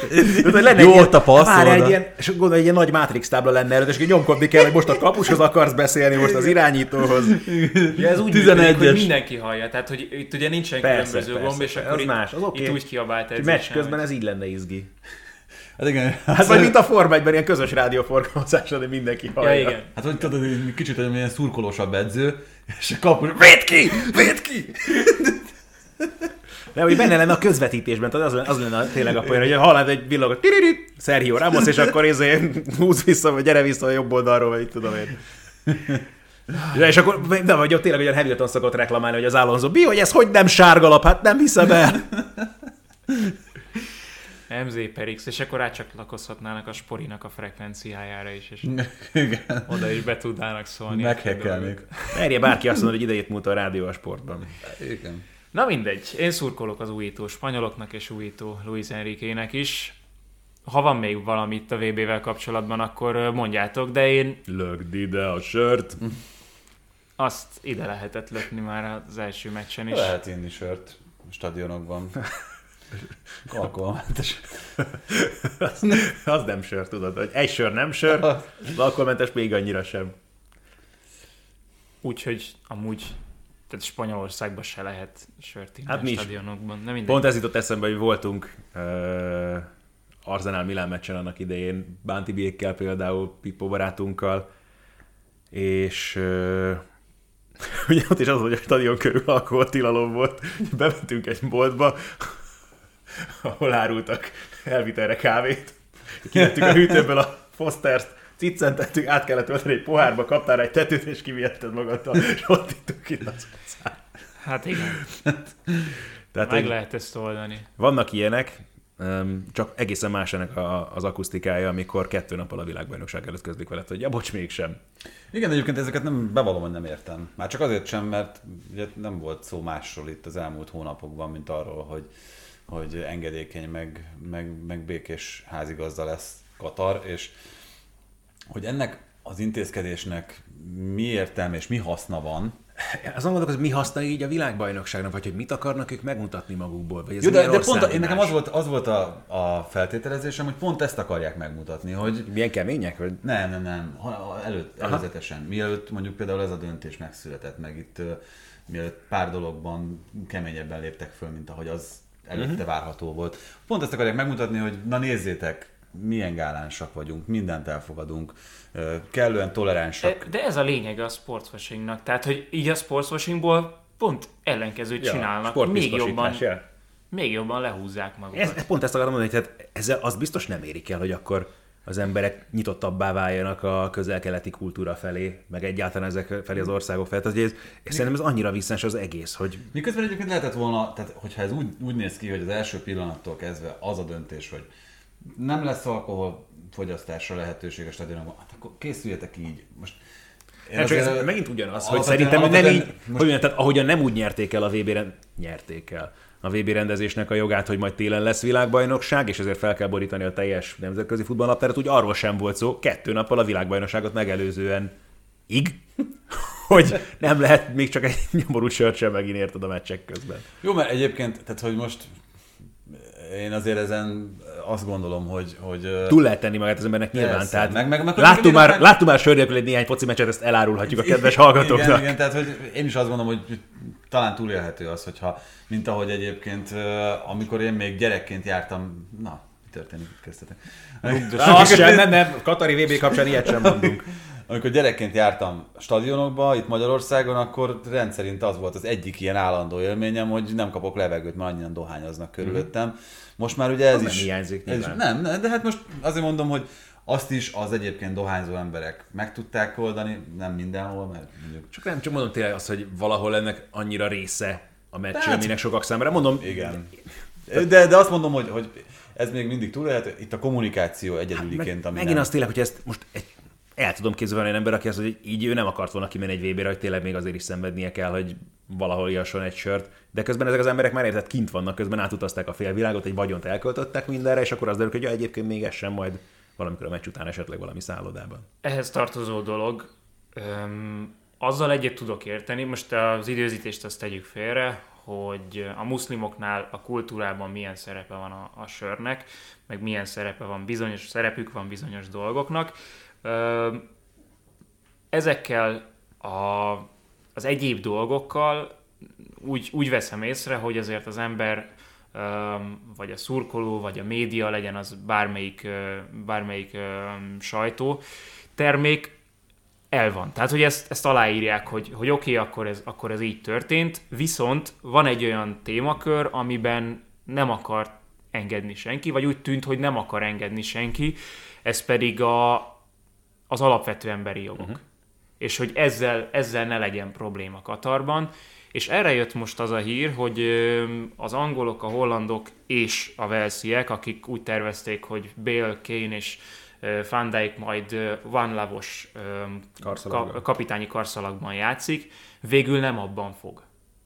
Jó ott a passzol. És gondolj, egy ilyen nagy Matrix tábla lenne előtt, és nyomkodni kell, hogy most a kapushoz akarsz beszélni, most az irányítóhoz. Ja, ez úgy működik, hogy mindenki hallja. Tehát, hogy itt ugye nincsen persze, különböző persze, gomb, és akkor itt, más, az okay. Itt úgy kiabált edzésen. Meccs közben ez így lenne izgi. Hát igen. Hát vagy mint a Forma egyben ilyen közös rádióforgalmazásra, de mindenki hallja. Ja, igen. Hát hogy tudod, kicsit olyan ilyen szurkolósabb edző, és a kapus, védd ki! Védd ki! De hogy benne lenne a közvetítésben, tehát az lenne, az lenne tényleg a poén, hogy hallád egy villagot, tiririt, Sergio Ramos, és akkor izé húz vissza, vagy gyere vissza a jobb oldalról, vagy tudom én. És akkor, de vagy ott tényleg, hogy a Hamilton szokott reklamálni, hogy az Alonso, bi, hogy ez hogy nem sárgalap, hát nem hiszem el. em zé per iksz, és akkor átcsatlakozhatnának a Sporinak a frekvenciájára is, és igen. Oda is be tudnának szólni. Meghekkelnék. Merje bárki azt mondani, hogy idejét múlt a rádió a sportban. Igen. Na mindegy, én szurkolok az újító spanyoloknak és újító Luis Enriquének is. Ha van még valami itt a vé bével kapcsolatban, akkor mondjátok, de én... Lögd ide a sört. Azt ide lehetett lökni már az első meccsen is. Lehet inni sört a stadionokban. Alkoholmentes. az, az nem sör, tudod, hogy egy sör nem sör, az alkoholmentes még annyira sem. Úgyhogy amúgy tehát Spanyolországban se lehet sört inni Hát a mi is. stadionokban. Nem Pont ez jutott eszembe, hogy voltunk uh, Arsenal Milán meccsen annak idején, Bánti Biékkel például, Pippo barátunkkal, és uh, ugye ott is az, hogy a stadion körül alkoholtilalom volt, bementünk egy boltba, ahol árultak elvitelre kávét, kivettük a hűtőből a Fostert, ciccentettük, át kellett tölteni egy pohárba, kaptál egy tetőt, és kivihetted magaddal, és ott ittuk ki az utcán. Hát igen. Tehát Meg egy, lehet ezt oldani. vannak ilyenek, csak egészen más ennek a, az akusztikája, amikor kettő nappal a világbajnokság előtt közlik veled, hogy ja, bocs, mégsem. Igen, egyébként ezeket nem bevallom, hogy nem értem. Már csak azért sem, mert ugye nem volt szó másról itt az elmúlt hónapokban, mint arról, hogy, hogy engedékeny, meg, meg, meg békés házigazda lesz Katar, és hogy ennek az intézkedésnek mi értelme és mi haszna van. Azon gondolok, hogy mi haszna így a világbajnokságnak, vagy hogy mit akarnak ők megmutatni magukból? Vagy ez Jó, de, milyen de pont a, országú én nekem más? az volt, az volt a, a feltételezésem, hogy pont ezt akarják megmutatni, hogy Milyen kemények? Vagy? nem, nem, nem, ha, ha előtt, előzetesen, mielőtt mondjuk például ez a döntés megszületett, meg itt uh, mielőtt pár dologban keményebben léptek föl, mint ahogy az előtte uh-huh. várható volt. Pont ezt akarják megmutatni, hogy na nézzétek, milyen gálánsak vagyunk, mindent elfogadunk, uh, kellően toleránsak. De ez a lényege a sportswashingnak. Tehát, hogy így a sportswashingból pont ellenkezőt Ja, csinálnak. Még jobban, ja. még jobban lehúzzák magukat. Ez, pont ezt akarom mondani, hogy hát ezzel az biztos nem érik el, hogy akkor az emberek nyitottabbá váljanak a közel-keleti kultúra felé, meg egyáltalán ezek felé az országok felé. Tehát ez, ez szerintem ez annyira visszás az egész, hogy... Miközben egyébként lehetett volna, tehát hogyha ez úgy, úgy néz ki, hogy az első pillanattól kezdve az a döntés, hogy nem lesz alkoholfogyasztásra lehetőség a stadionokban, hát akkor készüljetek így. Most Nem, csak ez megint ugyanaz, hogy alapvetően- szerintem nem így, alapvetően most... most- hogy mondjam, tehát ahogyan nem úgy nyerték el a vé bé rend... nyerték el a vé bé rendezésnek a jogát, hogy majd télen lesz világbajnokság, és ezért fel kell borítani a teljes nemzetközi futballnaptárat, úgy arról sem volt szó, kettő nappal a világbajnokságot megelőzően ig, hogy nem lehet még csak egy nyomorult sört sem megint érted a meccsek közben. Jó, mert egyébként, tehát hogy most én azért ezen azt gondolom, hogy... hogy Túl lehet tenni magát az embernek nyilván, Persze, tehát meg- meg- meg- láttunk, meg- már, meg- láttunk már sör nélkül egy néhány foci meccset, ezt elárulhatjuk a kedves hallgatóknak. Igen, igen, tehát hogy én is azt gondolom, hogy talán túlélhető az, hogyha, mint ahogy egyébként, amikor én még gyerekként jártam, na, mi történik, itt kezdtetek. Azt sem, nem, nem, Katari vé bé kapcsán ilyet sem mondunk. Amikor gyerekként jártam stadionokba, itt Magyarországon, akkor rendszerint az volt az egyik ilyen állandó élményem, hogy nem kapok levegőt, mert annyian dohányoznak körülöttem. Most már ugye ez Az is... nem hiányzik ez is nyilván. nem, nem, de hát most azért mondom, hogy azt is az egyébként dohányzó emberek meg tudták oldani, nem mindenhol, mert mondjuk... Csak nem, csak mondom tényleg azt, hogy valahol ennek annyira része a meccs, Tehát- aminek sokak számára. Mondom, Igen. De, de azt mondom, hogy, hogy ez még mindig túlélhető. Itt a kommunikáció egyedüliként, ami megint nem... az tényleg, hogy ezt most egy, el tudom képzelni egy ember, aki azt mondja, hogy így ő nem akart volna kimenni egy vé bére, hogy tényleg még azért is szenvednie kell, hogy valahol iasson egy sört. De közben ezek az emberek már érted, kint vannak, közben átutazták a félvilágot, egy vagyont elköltöttek mindenre, és akkor az derül, hogy ja, egyébként még ez sem, majd valamikor a meccs után esetleg valami szállodában. Ehhez tartozó dolog, öm, azzal egyet tudok érteni, most az időzítést azt tegyük félre, hogy a muszlimoknál a kultúrában milyen szerepe van a, a sörnek, meg milyen szerepe van, bizonyos szerepük van bizonyos dolgoknak. Öm, ezekkel a, az egyéb dolgokkal úgy, úgy veszem észre, hogy azért az ember öm, vagy a szurkoló, vagy a média, legyen az bármelyik, ö, bármelyik öm, sajtó termék, el van. Tehát, hogy ezt, ezt aláírják, hogy, hogy oké, okay, akkor, ez, akkor ez így történt, viszont van egy olyan témakör, amiben nem akar engedni senki, vagy úgy tűnt, hogy nem akar engedni senki, ez pedig a, az alapvető emberi jogok. Uh-huh. És hogy ezzel, ezzel ne legyen probléma Katarban. És erre jött most az a hír, hogy az angolok, a hollandok és a walesiek, akik úgy tervezték, hogy Bale, Kane és Van Dijk majd Van Lavos ka- kapitányi karszalagban játszik, végül nem abban fog.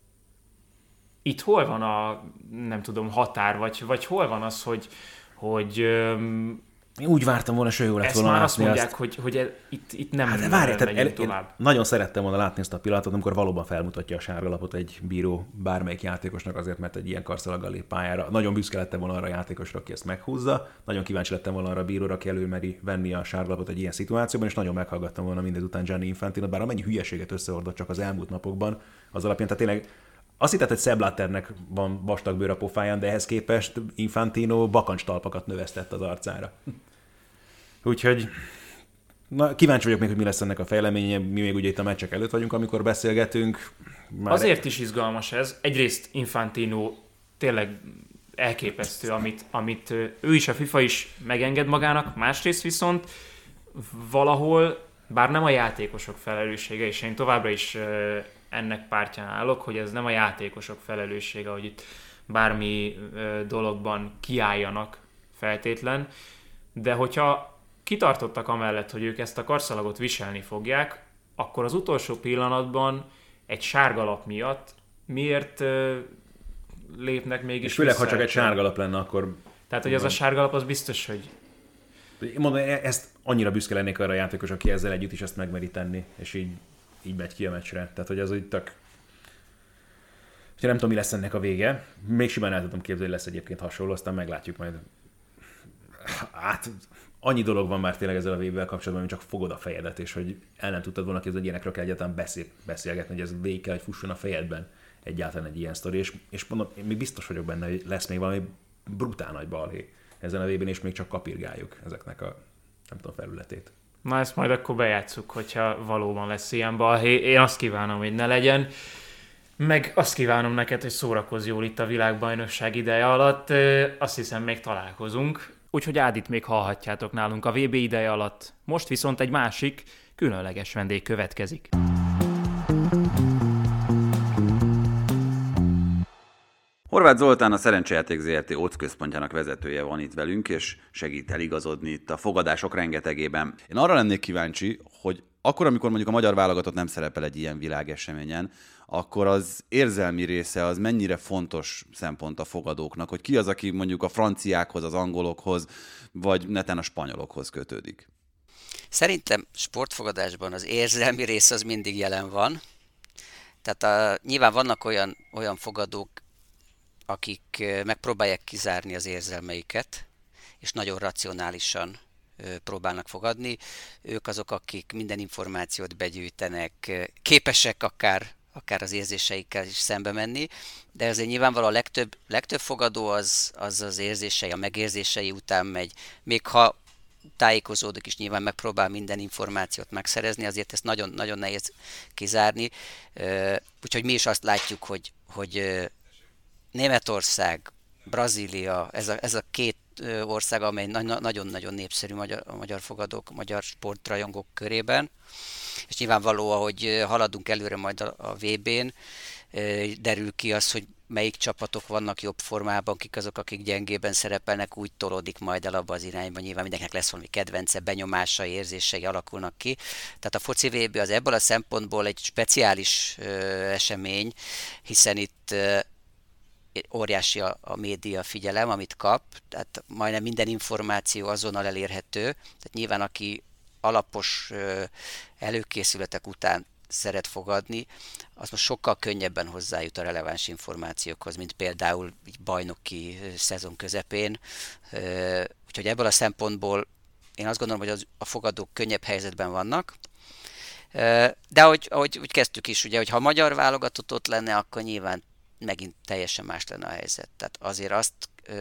Itt hol van a, nem tudom, határ, vagy, vagy hol van az, hogy, hogy Én úgy vártam volna, hogy jó lett ezt volna már látni azt mondják, azt. hogy, hogy e- itt, itt nem Hát várj, tehát el, tovább. én nagyon szerettem volna látni ezt a pillanatot, amikor valóban felmutatja a sárgalapot egy bíró bármelyik játékosnak azért, mert egy ilyen karszalaggal lép pályára. Nagyon büszke lettem volna arra a játékosra, aki ezt meghúzza. Nagyon kíváncsi lettem volna arra a bíróra, aki előmeri venni a sárgalapot egy ilyen szituációban, és nagyon meghallgattam volna mindezután Gianni Infantino, bár amennyi hülyeséget összehordott csak az elmúlt napokban, az alapján, tehát tényleg azt hittem, hogy Sepp Blatternek van vastagbőr a pofáján, de ehhez képest Infantino bakancstalpakat növesztett az arcára. Úgyhogy na, kíváncsi vagyok még, hogy mi lesz ennek a fejleménye. Mi még ugye itt a meccsek előtt vagyunk, amikor beszélgetünk. Már Azért is izgalmas ez. Egyrészt Infantino tényleg elképesztő, amit, amit ő is, a FIFA is megenged magának, másrészt viszont valahol, bár nem a játékosok felelőssége, és én továbbra is ennek pártján állok, hogy ez nem a játékosok felelőssége, hogy itt bármi dologban kiálljanak feltétlen, de hogyha kitartottak amellett, hogy ők ezt a karszalagot viselni fogják, akkor az utolsó pillanatban egy sárgalap miatt miért uh, lépnek mégis és főleg, vissza? ha csak egy sárgalap lenne, akkor... Tehát, hogy az a sárgalap, az biztos, hogy... Mondom, ezt annyira büszke lennék arra a játékos, aki ezzel együtt is ezt megmeri tenni, és így, így megy ki a meccsre. Tehát, hogy az úgy tök... Úgyhogy nem tudom, mi lesz ennek a vége. Még simán el tudom képzelni, hogy lesz egyébként hasonló, aztán meglátjuk majd. Hát... Annyi dolog van már tényleg ezzel a vé bé-vel kapcsolatban, hogy csak fogod a fejedet, és hogy el nem tudtad volna, hogy az ilyenekről kell egyáltalán beszél, beszélgetni, hogy ez végig kell, hogy fusson a fejedben egyáltalán egy ilyen sztori, és, és mondom, én még biztos vagyok benne, hogy lesz még valami brutál nagy balhé ezen a vé bén, és még csak kapirgáljuk ezeknek a, nem tudom, felületét. Na ezt majd akkor bejátsszuk, hogyha valóban lesz ilyen balhé. Én azt kívánom, hogy ne legyen. Meg azt kívánom neked, hogy szórakozz jól itt a világbajnokság ideje alatt. Azt hiszem, még találkozunk. Úgyhogy Ádit még hallhatjátok nálunk a vé bé ideje alatt. Most viszont egy másik, különleges vendég következik. Horváth Zoltán, a Szerencsejáték zé er té ó cé központjának vezetője van itt velünk, és segít eligazodni itt a fogadások rengetegében. Én arra lennék kíváncsi, hogy akkor, amikor mondjuk a magyar válogatott nem szerepel egy ilyen világeseményen, akkor az érzelmi része az mennyire fontos szempont a fogadóknak, hogy ki az, aki mondjuk a franciákhoz, az angolokhoz, vagy netán a spanyolokhoz kötődik? Szerintem sportfogadásban az érzelmi rész az mindig jelen van. Tehát a, nyilván vannak olyan, olyan fogadók, akik megpróbálják kizárni az érzelmeiket, és nagyon racionálisan próbálnak fogadni. Ők azok, akik minden információt begyűjtenek, képesek akár akár az érzéseikkel is szembe menni, de azért nyilvánvalóan a legtöbb, legtöbb fogadó az, az az érzései, a megérzései után megy. Még ha tájékozódik is, nyilván megpróbál minden információt megszerezni, azért ezt nagyon, nagyon nehéz kizárni. Úgyhogy mi is azt látjuk, hogy, hogy Németország, Brazília, ez a, ez a két ország, amely nagyon-nagyon népszerű magyar, a magyar fogadók, a magyar sportrajongók körében. És nyilvánvaló, ahogy haladunk előre majd a, a vé bén, derül ki az, hogy melyik csapatok vannak jobb formában, kik azok, akik gyengében szerepelnek, úgy tolódik majd el abba az irányba. Nyilván mindenkinek lesz valami kedvence, benyomásai, érzései alakulnak ki. Tehát a foci vé bé az ebből a szempontból egy speciális ö, esemény, hiszen itt ö, óriási a, a média figyelem, amit kap, tehát majdnem minden információ azonnal elérhető. Tehát nyilván aki alapos ö, előkészületek után szeret fogadni, az most sokkal könnyebben hozzájut a releváns információkhoz, mint például egy bajnoki szezon közepén. Úgyhogy ebből a szempontból én azt gondolom, hogy az, a fogadók könnyebb helyzetben vannak. De ahogy, ahogy úgy kezdtük is, ugye, hogy ha a magyar válogatott ott lenne, akkor nyilván megint teljesen más lenne a helyzet. Tehát azért azt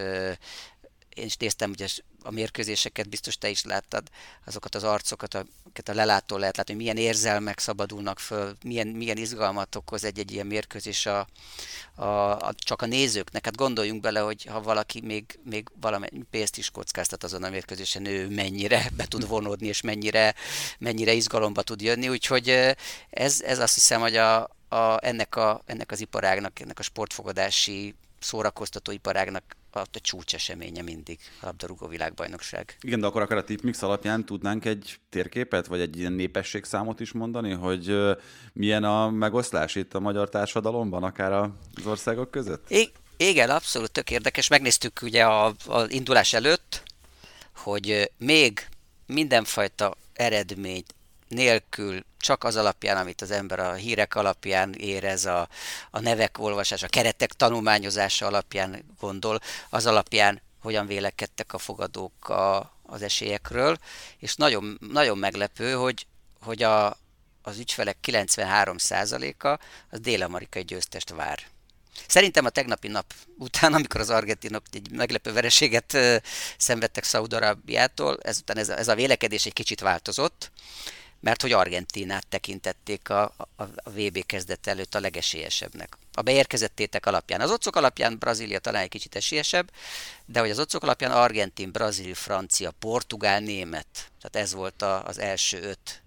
én is néztem, ugye a mérkőzéseket, biztos te is láttad, azokat az arcokat, amiket a lelától lehet látni, hogy milyen érzelmek szabadulnak föl, milyen, milyen izgalmat okoz egy-egy ilyen mérkőzés a, a, a, csak a nézőknek. Hát gondoljunk bele, hogy ha valaki még, még valamennyi pénzt is kockáztat azon a mérkőzésen, ő mennyire be tud vonódni, és mennyire, mennyire izgalomba tud jönni. Úgyhogy ez, ez azt hiszem, hogy a, a, ennek, a, ennek az iparágnak, ennek a sportfogadási szórakoztató iparágnak a, a csúcseseménye mindig a labdarúgó világbajnokság. Igen, de akkor akár a tipmix alapján tudnánk egy térképet, vagy egy ilyen népességszámot is mondani, hogy uh, milyen a megoszlás itt a magyar társadalomban, akár az országok között? I- igen, abszolút tök érdekes. Megnéztük ugye az indulás előtt, hogy még mindenfajta eredmény nélkül, csak az alapján, amit az ember a hírek alapján érez, a, a nevek olvasása, a keretek tanulmányozása alapján gondol, az alapján hogyan vélekedtek a fogadók a, az esélyekről, és nagyon, nagyon meglepő, hogy, hogy a, az ügyfelek kilencvenhárom százaléka az dél-amerikai győztest vár. Szerintem a tegnapi nap után, amikor az argentinok egy meglepő vereséget uh, szenvedtek Szaúd-Arábiától, ezután ez a, ez a vélekedés egy kicsit változott, mert hogy Argentínát tekintették a, a, a vé bé kezdet előtt a legesélyesebbnek. A beérkezett tétek alapján. Az otcok alapján Brazília talán egy kicsit esélyesebb, de hogy az otcok alapján Argentin, Brazil, Francia, Portugál, Német. Tehát ez volt a, az első öt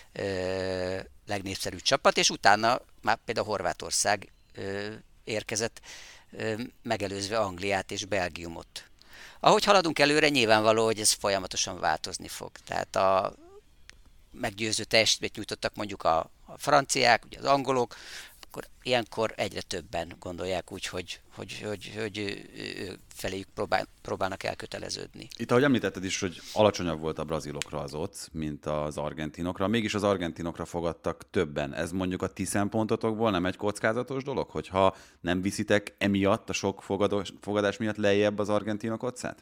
ö, legnépszerűbb csapat, és utána már például Horvátország ö, érkezett, ö, megelőzve Angliát és Belgiumot. Ahogy haladunk előre, nyilvánvaló, hogy ez folyamatosan változni fog. Tehát a meggyőző teljesítményt nyújtottak mondjuk a, a franciák, ugye az angolok, akkor ilyenkor egyre többen gondolják úgy, hogy, hogy, hogy, hogy feléjük próbál, próbálnak elköteleződni. Itt, ahogy említetted is, hogy alacsonyabb volt a brazilokra az ott, mint az argentinokra, mégis az argentinokra fogadtak többen. Ez mondjuk a ti szempontotokból nem egy kockázatos dolog, hogyha nem viszitek emiatt, a sok fogadós, fogadás miatt lejjebb az argentinok otcát?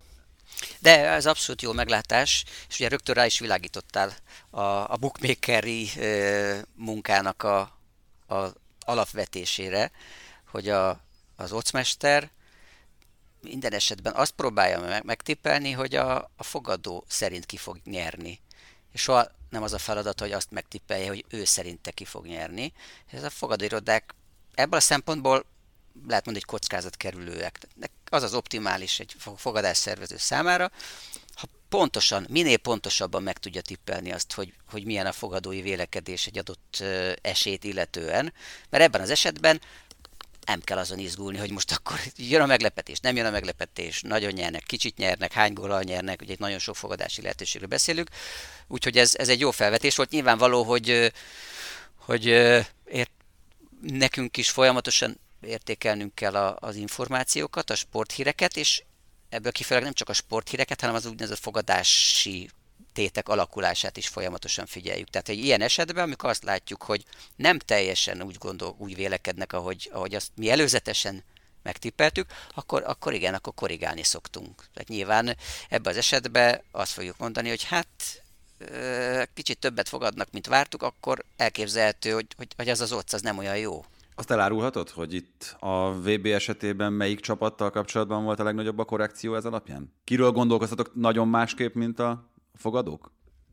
De ez abszolút jó meglátás, és ugye rögtön rá is világítottál a, a bookmakeri e, munkának a, a alapvetésére, hogy a, az ocmester minden esetben azt próbálja meg, megtippelni, hogy a, a fogadó szerint ki fog nyerni. És soha nem az a feladat, hogy azt megtippelje, hogy ő szerinte ki fog nyerni. Ez a fogadóirodák ebből a szempontból lehet mondani, hogy kockázatkerülőek. Az az optimális egy fogadásszervező számára, ha pontosan, minél pontosabban meg tudja tippelni azt, hogy, hogy milyen a fogadói vélekedés egy adott esélyt illetően, mert ebben az esetben nem kell azon izgulni, hogy most akkor jön a meglepetés, nem jön a meglepetés, nagyon nyernek, kicsit nyernek, hány góllal nyernek, ugye itt nagyon sok fogadási lehetőségről beszélünk, úgyhogy ez, ez egy jó felvetés volt. Nyilvánvaló, hogy, hogy ért, nekünk is folyamatosan értékelnünk kell a, az információkat, a sporthíreket, és ebből kifolyólag nem csak a sporthíreket, hanem az úgynevezett fogadási tétek alakulását is folyamatosan figyeljük. Tehát egy ilyen esetben, amikor azt látjuk, hogy nem teljesen úgy gondol, úgy vélekednek, ahogy, ahogy azt mi előzetesen megtippeltük, akkor, akkor igen, akkor korrigálni szoktunk. Tehát nyilván ebben az esetben azt fogjuk mondani, hogy hát kicsit többet fogadnak, mint vártuk, akkor elképzelhető, hogy, hogy, hogy az az occ az nem olyan jó. Azt elárulhatod, hogy itt a vé bé esetében melyik csapattal kapcsolatban volt a legnagyobb a korrekció ez alapján? Kiről gondolkoztatok nagyon másképp, mint a fogadók?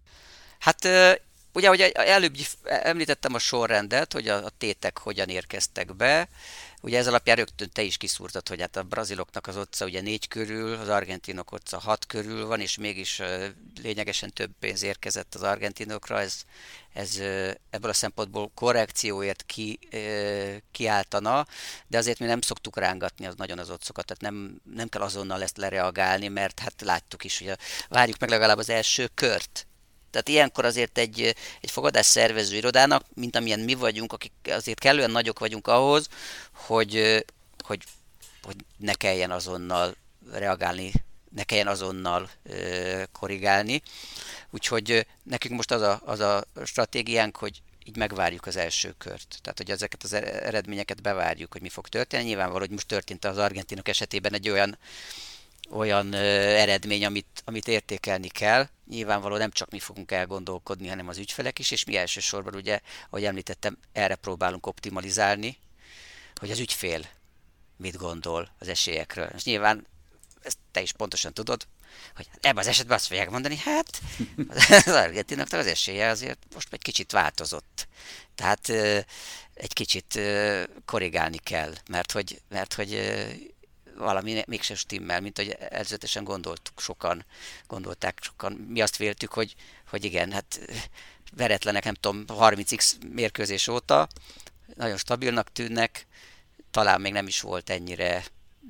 Hát ugye, ahogy előbb említettem a sorrendet, hogy a tétek hogyan érkeztek be, ugye ez alapján rögtön te is kiszúrtad, hogy hát a braziloknak az otca ugye négy körül, az argentinok otca hat körül van, és mégis lényegesen több pénz érkezett az argentinokra, ez, ez ebből a szempontból korrekcióért ki, kiáltana, de azért mi nem szoktuk rángatni az nagyon az otcokat, tehát nem, nem kell azonnal ezt lereagálni, mert hát láttuk is, hogy a, várjuk meg legalább az első kört. Tehát ilyenkor azért egy, egy fogadás szervező irodának, mint amilyen mi vagyunk, akik azért kellően nagyok vagyunk ahhoz, hogy, hogy, hogy ne kelljen azonnal reagálni, ne kelljen azonnal uh, korrigálni. Úgyhogy nekünk most az a, az a stratégiánk, hogy így megvárjuk az első kört. Tehát, hogy ezeket az eredményeket bevárjuk, hogy mi fog történni. Nyilvánvaló, hogy most történt az argentinok esetében egy olyan olyan ö, eredmény, amit, amit értékelni kell. Nyilvánvalóan nem csak mi fogunk elgondolkodni, hanem az ügyfelek is, és mi elsősorban ugye, ahogy említettem, erre próbálunk optimalizálni, hogy az ügyfél mit gondol az esélyekről. És nyilván ezt te is pontosan tudod, hogy ebben az esetben azt fogják mondani, hát az argentinoknak az esélye azért most egy kicsit változott. Tehát ö, egy kicsit ö, korrigálni kell, mert hogy, mert hogy ö, valami mégsem stimmel, mint hogy előzetesen gondoltuk, sokan gondolták, sokan. Mi azt véltük, hogy, hogy igen, hát veretlenek, nem tudom, harminc x mérkőzés óta, nagyon stabilnak tűnnek, talán még nem is volt ennyire,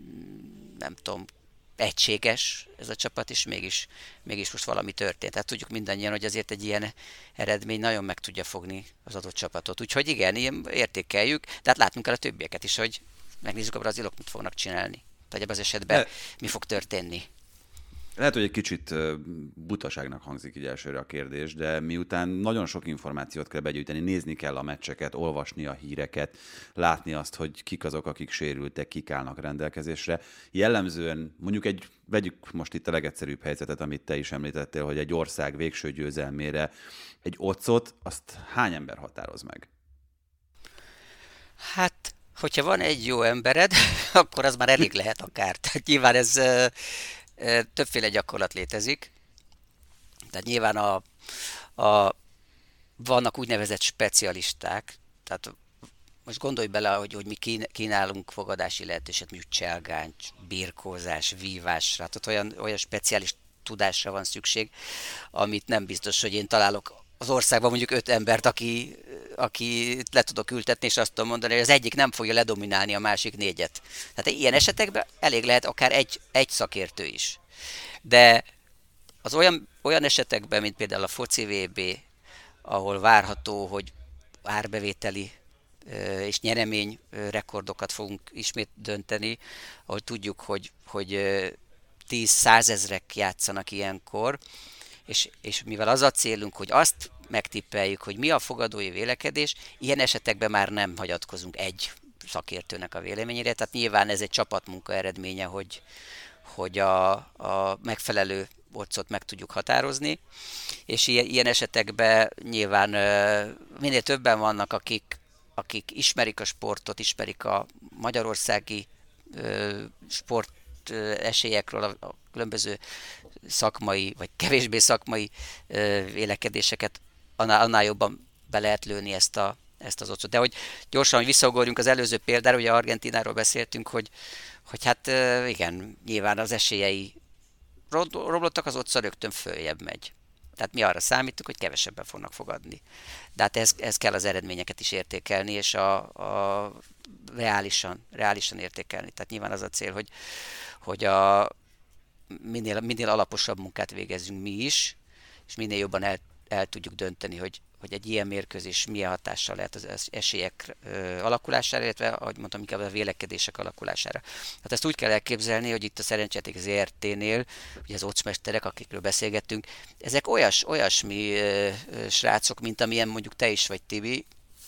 nem tudom, egységes ez a csapat, és mégis, mégis most valami történt. Tehát tudjuk mindannyian, hogy azért egy ilyen eredmény nagyon meg tudja fogni az adott csapatot. Úgyhogy igen, ilyen értékeljük, de hát látnunk kell a többieket is, hogy megnézzük a brazilok mit fognak csinálni. Vagy ebben az esetben de mi fog történni. Lehet, hogy egy kicsit butaságnak hangzik így elsőre a kérdés, de miután nagyon sok információt kell begyűjteni, nézni kell a meccseket, olvasni a híreket, látni azt, hogy kik azok, akik sérültek, kik állnak rendelkezésre. Jellemzően mondjuk egy, vegyük most itt a legegyszerűbb helyzetet, amit te is említettél, hogy egy ország végső győzelmére egy oddszot, azt hány ember határoz meg? Hát, hogyha van egy jó embered, akkor az már elég lehet akár. Tehát nyilván ez ö, ö, többféle gyakorlat létezik. Tehát nyilván a, a, vannak úgynevezett specialisták, tehát most gondolj bele, hogy, hogy mi kín- kínálunk fogadási lehetőséget, mondjuk cselgáncs, birkózás, vívásra, tehát olyan, olyan speciális tudásra van szükség, amit nem biztos, hogy én találok az országban mondjuk öt embert, aki, aki le tudok ültetni, és azt tudom mondani, hogy az egyik nem fogja ledominálni a másik négyet. Tehát ilyen esetekben elég lehet akár egy, egy szakértő is. De az olyan, olyan esetekben, mint például a foci vé bé, ahol várható, hogy árbevételi és nyeremény rekordokat fogunk ismét dönteni, ahol tudjuk, hogy, hogy tíz-százezrek játszanak ilyenkor, és, és mivel az a célunk, hogy azt megtippeljük, hogy mi a fogadói vélekedés, ilyen esetekben már nem hagyatkozunk egy szakértőnek a véleményére, tehát nyilván ez egy csapatmunka eredménye, hogy, hogy a, a megfelelő oddszot meg tudjuk határozni, és ilyen, ilyen esetekben nyilván minél többen vannak, akik, akik ismerik a sportot, ismerik a magyarországi sport esélyekről, a, a különböző szakmai, vagy kevésbé szakmai vélekedéseket, annál, annál jobban be lehet lőni ezt, a, ezt az oddszot. De hogy gyorsan, hogy visszaugorjunk az előző példára, ugye Argentínáról beszéltünk, hogy, hogy hát igen, nyilván az esélyei romlottak, az oddszal rögtön följebb megy. Tehát mi arra számítunk, hogy kevesebben fognak fogadni. De hát ez, ez kell az eredményeket is értékelni, és a, a reálisan, reálisan értékelni. Tehát nyilván az a cél, hogy, hogy a minél, minél alaposabb munkát végezzünk mi is, és minél jobban el, el tudjuk dönteni, hogy, hogy egy ilyen mérkőzés milyen hatással lehet az esélyek ö, alakulására, illetve, ahogy mondtam, inkább a vélekedések alakulására. Hát ezt úgy kell elképzelni, hogy itt a Szerencsejáték zé er té-nél, ugye az ocmesterek, akikről beszélgettünk, ezek olyas, olyasmi ö, ö, srácok, mint amilyen mondjuk te is vagy, Tibi,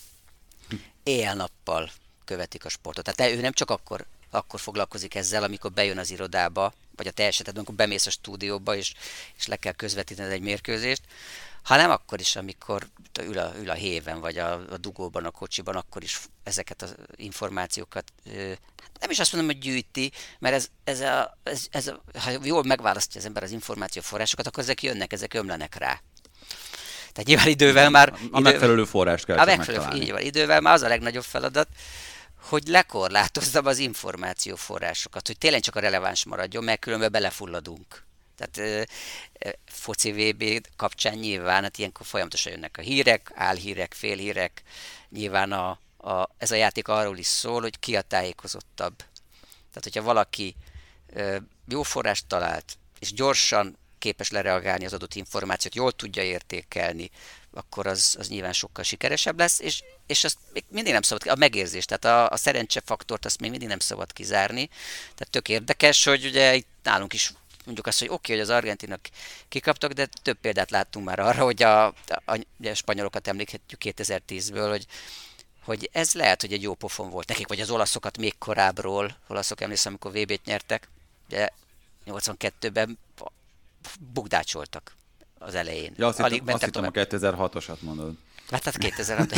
éjjel-nappal követik a sportot. Tehát ő nem csak akkor, akkor foglalkozik ezzel, amikor bejön az irodába, vagy a te esetedben, amikor bemész a stúdióba, és, és le kell közvetítened egy mérkőzést, hanem akkor is, amikor ül a, ül a héven, vagy a, a dugóban, a kocsiban, akkor is ezeket az információkat, nem is azt mondom, hogy gyűjti, mert ez, ez, a, ez, ez a, ha jól megválasztja az ember az információforrásokat, akkor ezek jönnek, ezek ömlenek rá. Tehát nyilván idővel már... A idővel, megfelelő forrást kell a csak megfelelő, megtalálni. így van, idővel már az a legnagyobb feladat, hogy lekorlátozzam az információforrásokat, hogy tényleg csak a releváns maradjon, mert különben belefulladunk. Tehát e, foci vé bé kapcsán nyilván, hát ilyenkor folyamatosan jönnek a hírek, álhírek, félhírek, nyilván a, a, ez a játék arról is szól, hogy ki a tájékozottabb. Tehát, hogyha valaki e, jó forrást talált, és gyorsan képes lereagálni az adott információt, jól tudja értékelni, akkor az, az nyilván sokkal sikeresebb lesz, és, és azt még mindig nem szabad, a megérzés, tehát a, a szerencsefaktort azt még mindig nem szabad kizárni. Tehát tök érdekes, hogy ugye itt nálunk is mondjuk azt, hogy oké, okay, hogy az argentinok kikaptak, de több példát láttunk már arra, hogy a, a, a, a spanyolokat emlékezhetjük kétezer-tízből, hogy, hogy ez lehet, hogy egy jó pofon volt nekik, vagy az olaszokat még korábbról, olaszok emlékszem, amikor vé bét nyertek, de nyolcvankettőben bukdácsoltak az elején. Ja, azt, Alig hittem, azt mentek hittem a tovább. kétezer-hatosat mondod. Hát hát kétezer-hat.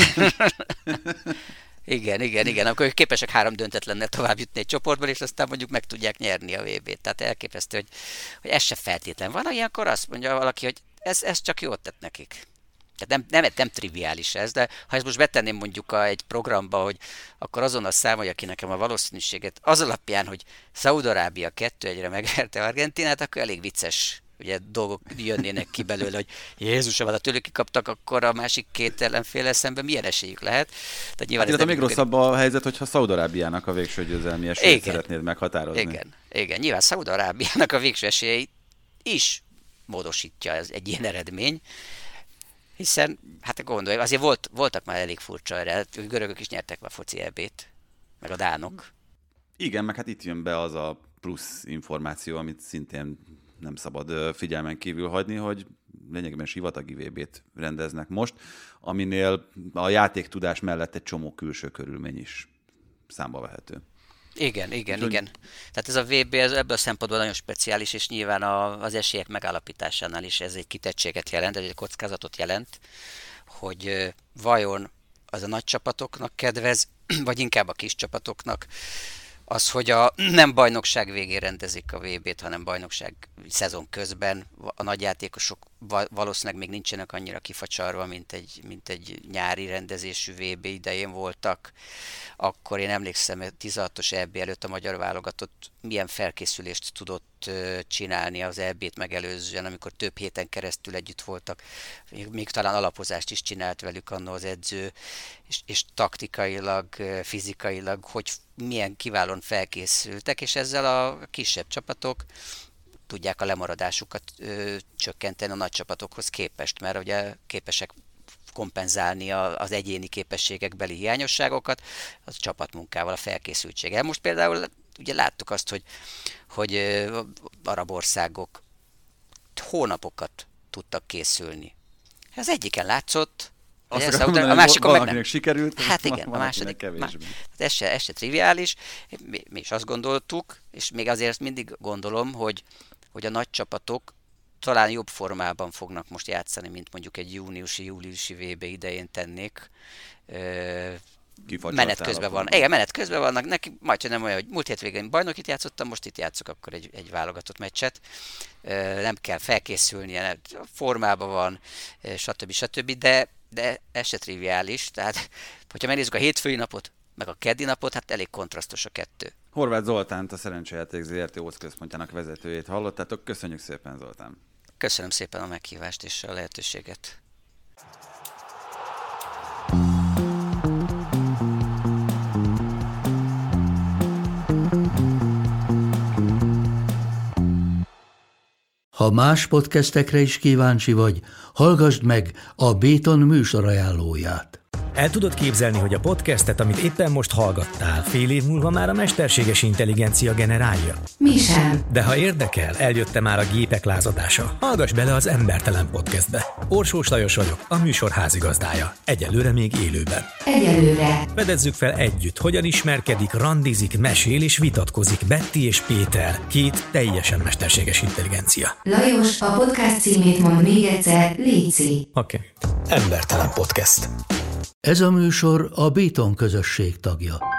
Igen, igen, igen. Akkor képesek három döntetlennel tovább jutni egy csoportból, és aztán mondjuk meg tudják nyerni a vé bét. Tehát elképesztő, hogy, hogy ez se feltétlen. Van ilyenkor azt mondja valaki, hogy ez, ez csak jót tett nekik. Tehát nem, nem, nem triviális ez, de ha ezt most betenném mondjuk a, egy programba, hogy akkor azonnal számolja ki nekem a valószínűséget az alapján, hogy Szaúd-Arábia kettő egyre megverte Argentinát, akkor elég vicces ugye dolgok jönnének ki belőle, hogy Jézusom, hát ha tőlük kikaptak, akkor a másik két ellenféllel szemben milyen esélyük lehet. Tehát nyilván hát ez még rosszabb a helyzet, hogyha Szaúd-Arábiának a végső győzelmi esélyt szeretnéd meghatározni. Igen, igen. Nyilván Szaúd-Arábiának a végső esélyeit is módosítja ez egy ilyen eredmény, hiszen, hát gondolj, azért volt, voltak már elég furcsa erre, a görögök is nyertek már foci é bét, meg a dánok. Igen, meg hát itt jön be az a plusz információ, amit szintén nem szabad figyelmen kívül hagyni, hogy lényegében sivatagi vé bét rendeznek most, aminél a játéktudás mellett egy csomó külső körülmény is számba vehető. Igen, igen, Úgy, igen. Tehát ez a vé bé ez ebből a szempontból nagyon speciális, és nyilván a, az esélyek megállapításánál is ez egy kitettséget jelent, egy kockázatot jelent, hogy vajon az a nagy csapatoknak kedvez, vagy inkább a kis csapatoknak, az, hogy a nem bajnokság végén rendezik a vé bét, hanem bajnokság szezon közben. A nagyjátékosok valószínűleg még nincsenek annyira kifacsarva, mint egy, mint egy nyári rendezésű vé bé idején voltak. Akkor én emlékszem, tizenhatos é bé előtt a magyar válogatott milyen felkészülést tudott csinálni az é bét megelőzően, amikor több héten keresztül együtt voltak. Még talán alapozást is csinált velük annó az edző, és, és taktikailag, fizikailag, hogy milyen kiválóan felkészültek, és ezzel a kisebb csapatok tudják a lemaradásukat ö, csökkenteni a nagy csapatokhoz képest, mert ugye képesek kompenzálni a, az egyéni képességekbeli hiányosságokat az csapatmunkával, a felkészültséggel. Most például ugye láttuk azt, hogy, hogy ö, arab országok hónapokat tudtak készülni. Az egyiken látszott, Azt ez, akarom mondani, a másikon meg nem. Sikerült, hát igen, a második. Má, ez, se, ez se triviális. Mi, mi is azt gondoltuk, és még azért mindig gondolom, hogy, hogy a nagy csapatok talán jobb formában fognak most játszani, mint mondjuk egy júniusi, júliusi vé bé idején tennék. Menet közben van. Igen, menet közben vannak. Neki majd, hogy nem olyan, hogy múlt hétvégén bajnokit játszottam, most itt játszok akkor egy, egy válogatott meccset. Nem kell felkészülnie, formában van, stb. stb. De de ez se triviális, tehát hogyha megnézzük a hétfői napot, meg a keddi napot, hát elég kontrasztos a kettő. Horváth Zoltánt, a Szerencsejáték zé er té Ócz központjának vezetőjét hallottátok. Köszönjük szépen, Zoltán! Köszönöm szépen a meghívást és a lehetőséget. Ha más podcastekre is kíváncsi vagy, hallgassd meg a Béton műsor ajánlóját. El tudod képzelni, hogy a podcastet, amit éppen most hallgattál, fél év múlva már a mesterséges intelligencia generálja? Mi sem. De ha érdekel, eljött már a gépek lázadása. Hallgass bele az Embertelen Podcastbe. Orsós Lajos vagyok, a műsor házigazdája. Egyelőre még élőben. Egyelőre. Fedezzük fel együtt, hogyan ismerkedik, randizik, mesél és vitatkozik Betty és Péter, két teljesen mesterséges intelligencia. Lajos, a podcast címét mond még egyszer, léci. Oké. Okay. Embertelen Podcast. Ez a műsor a Béton közösség tagja.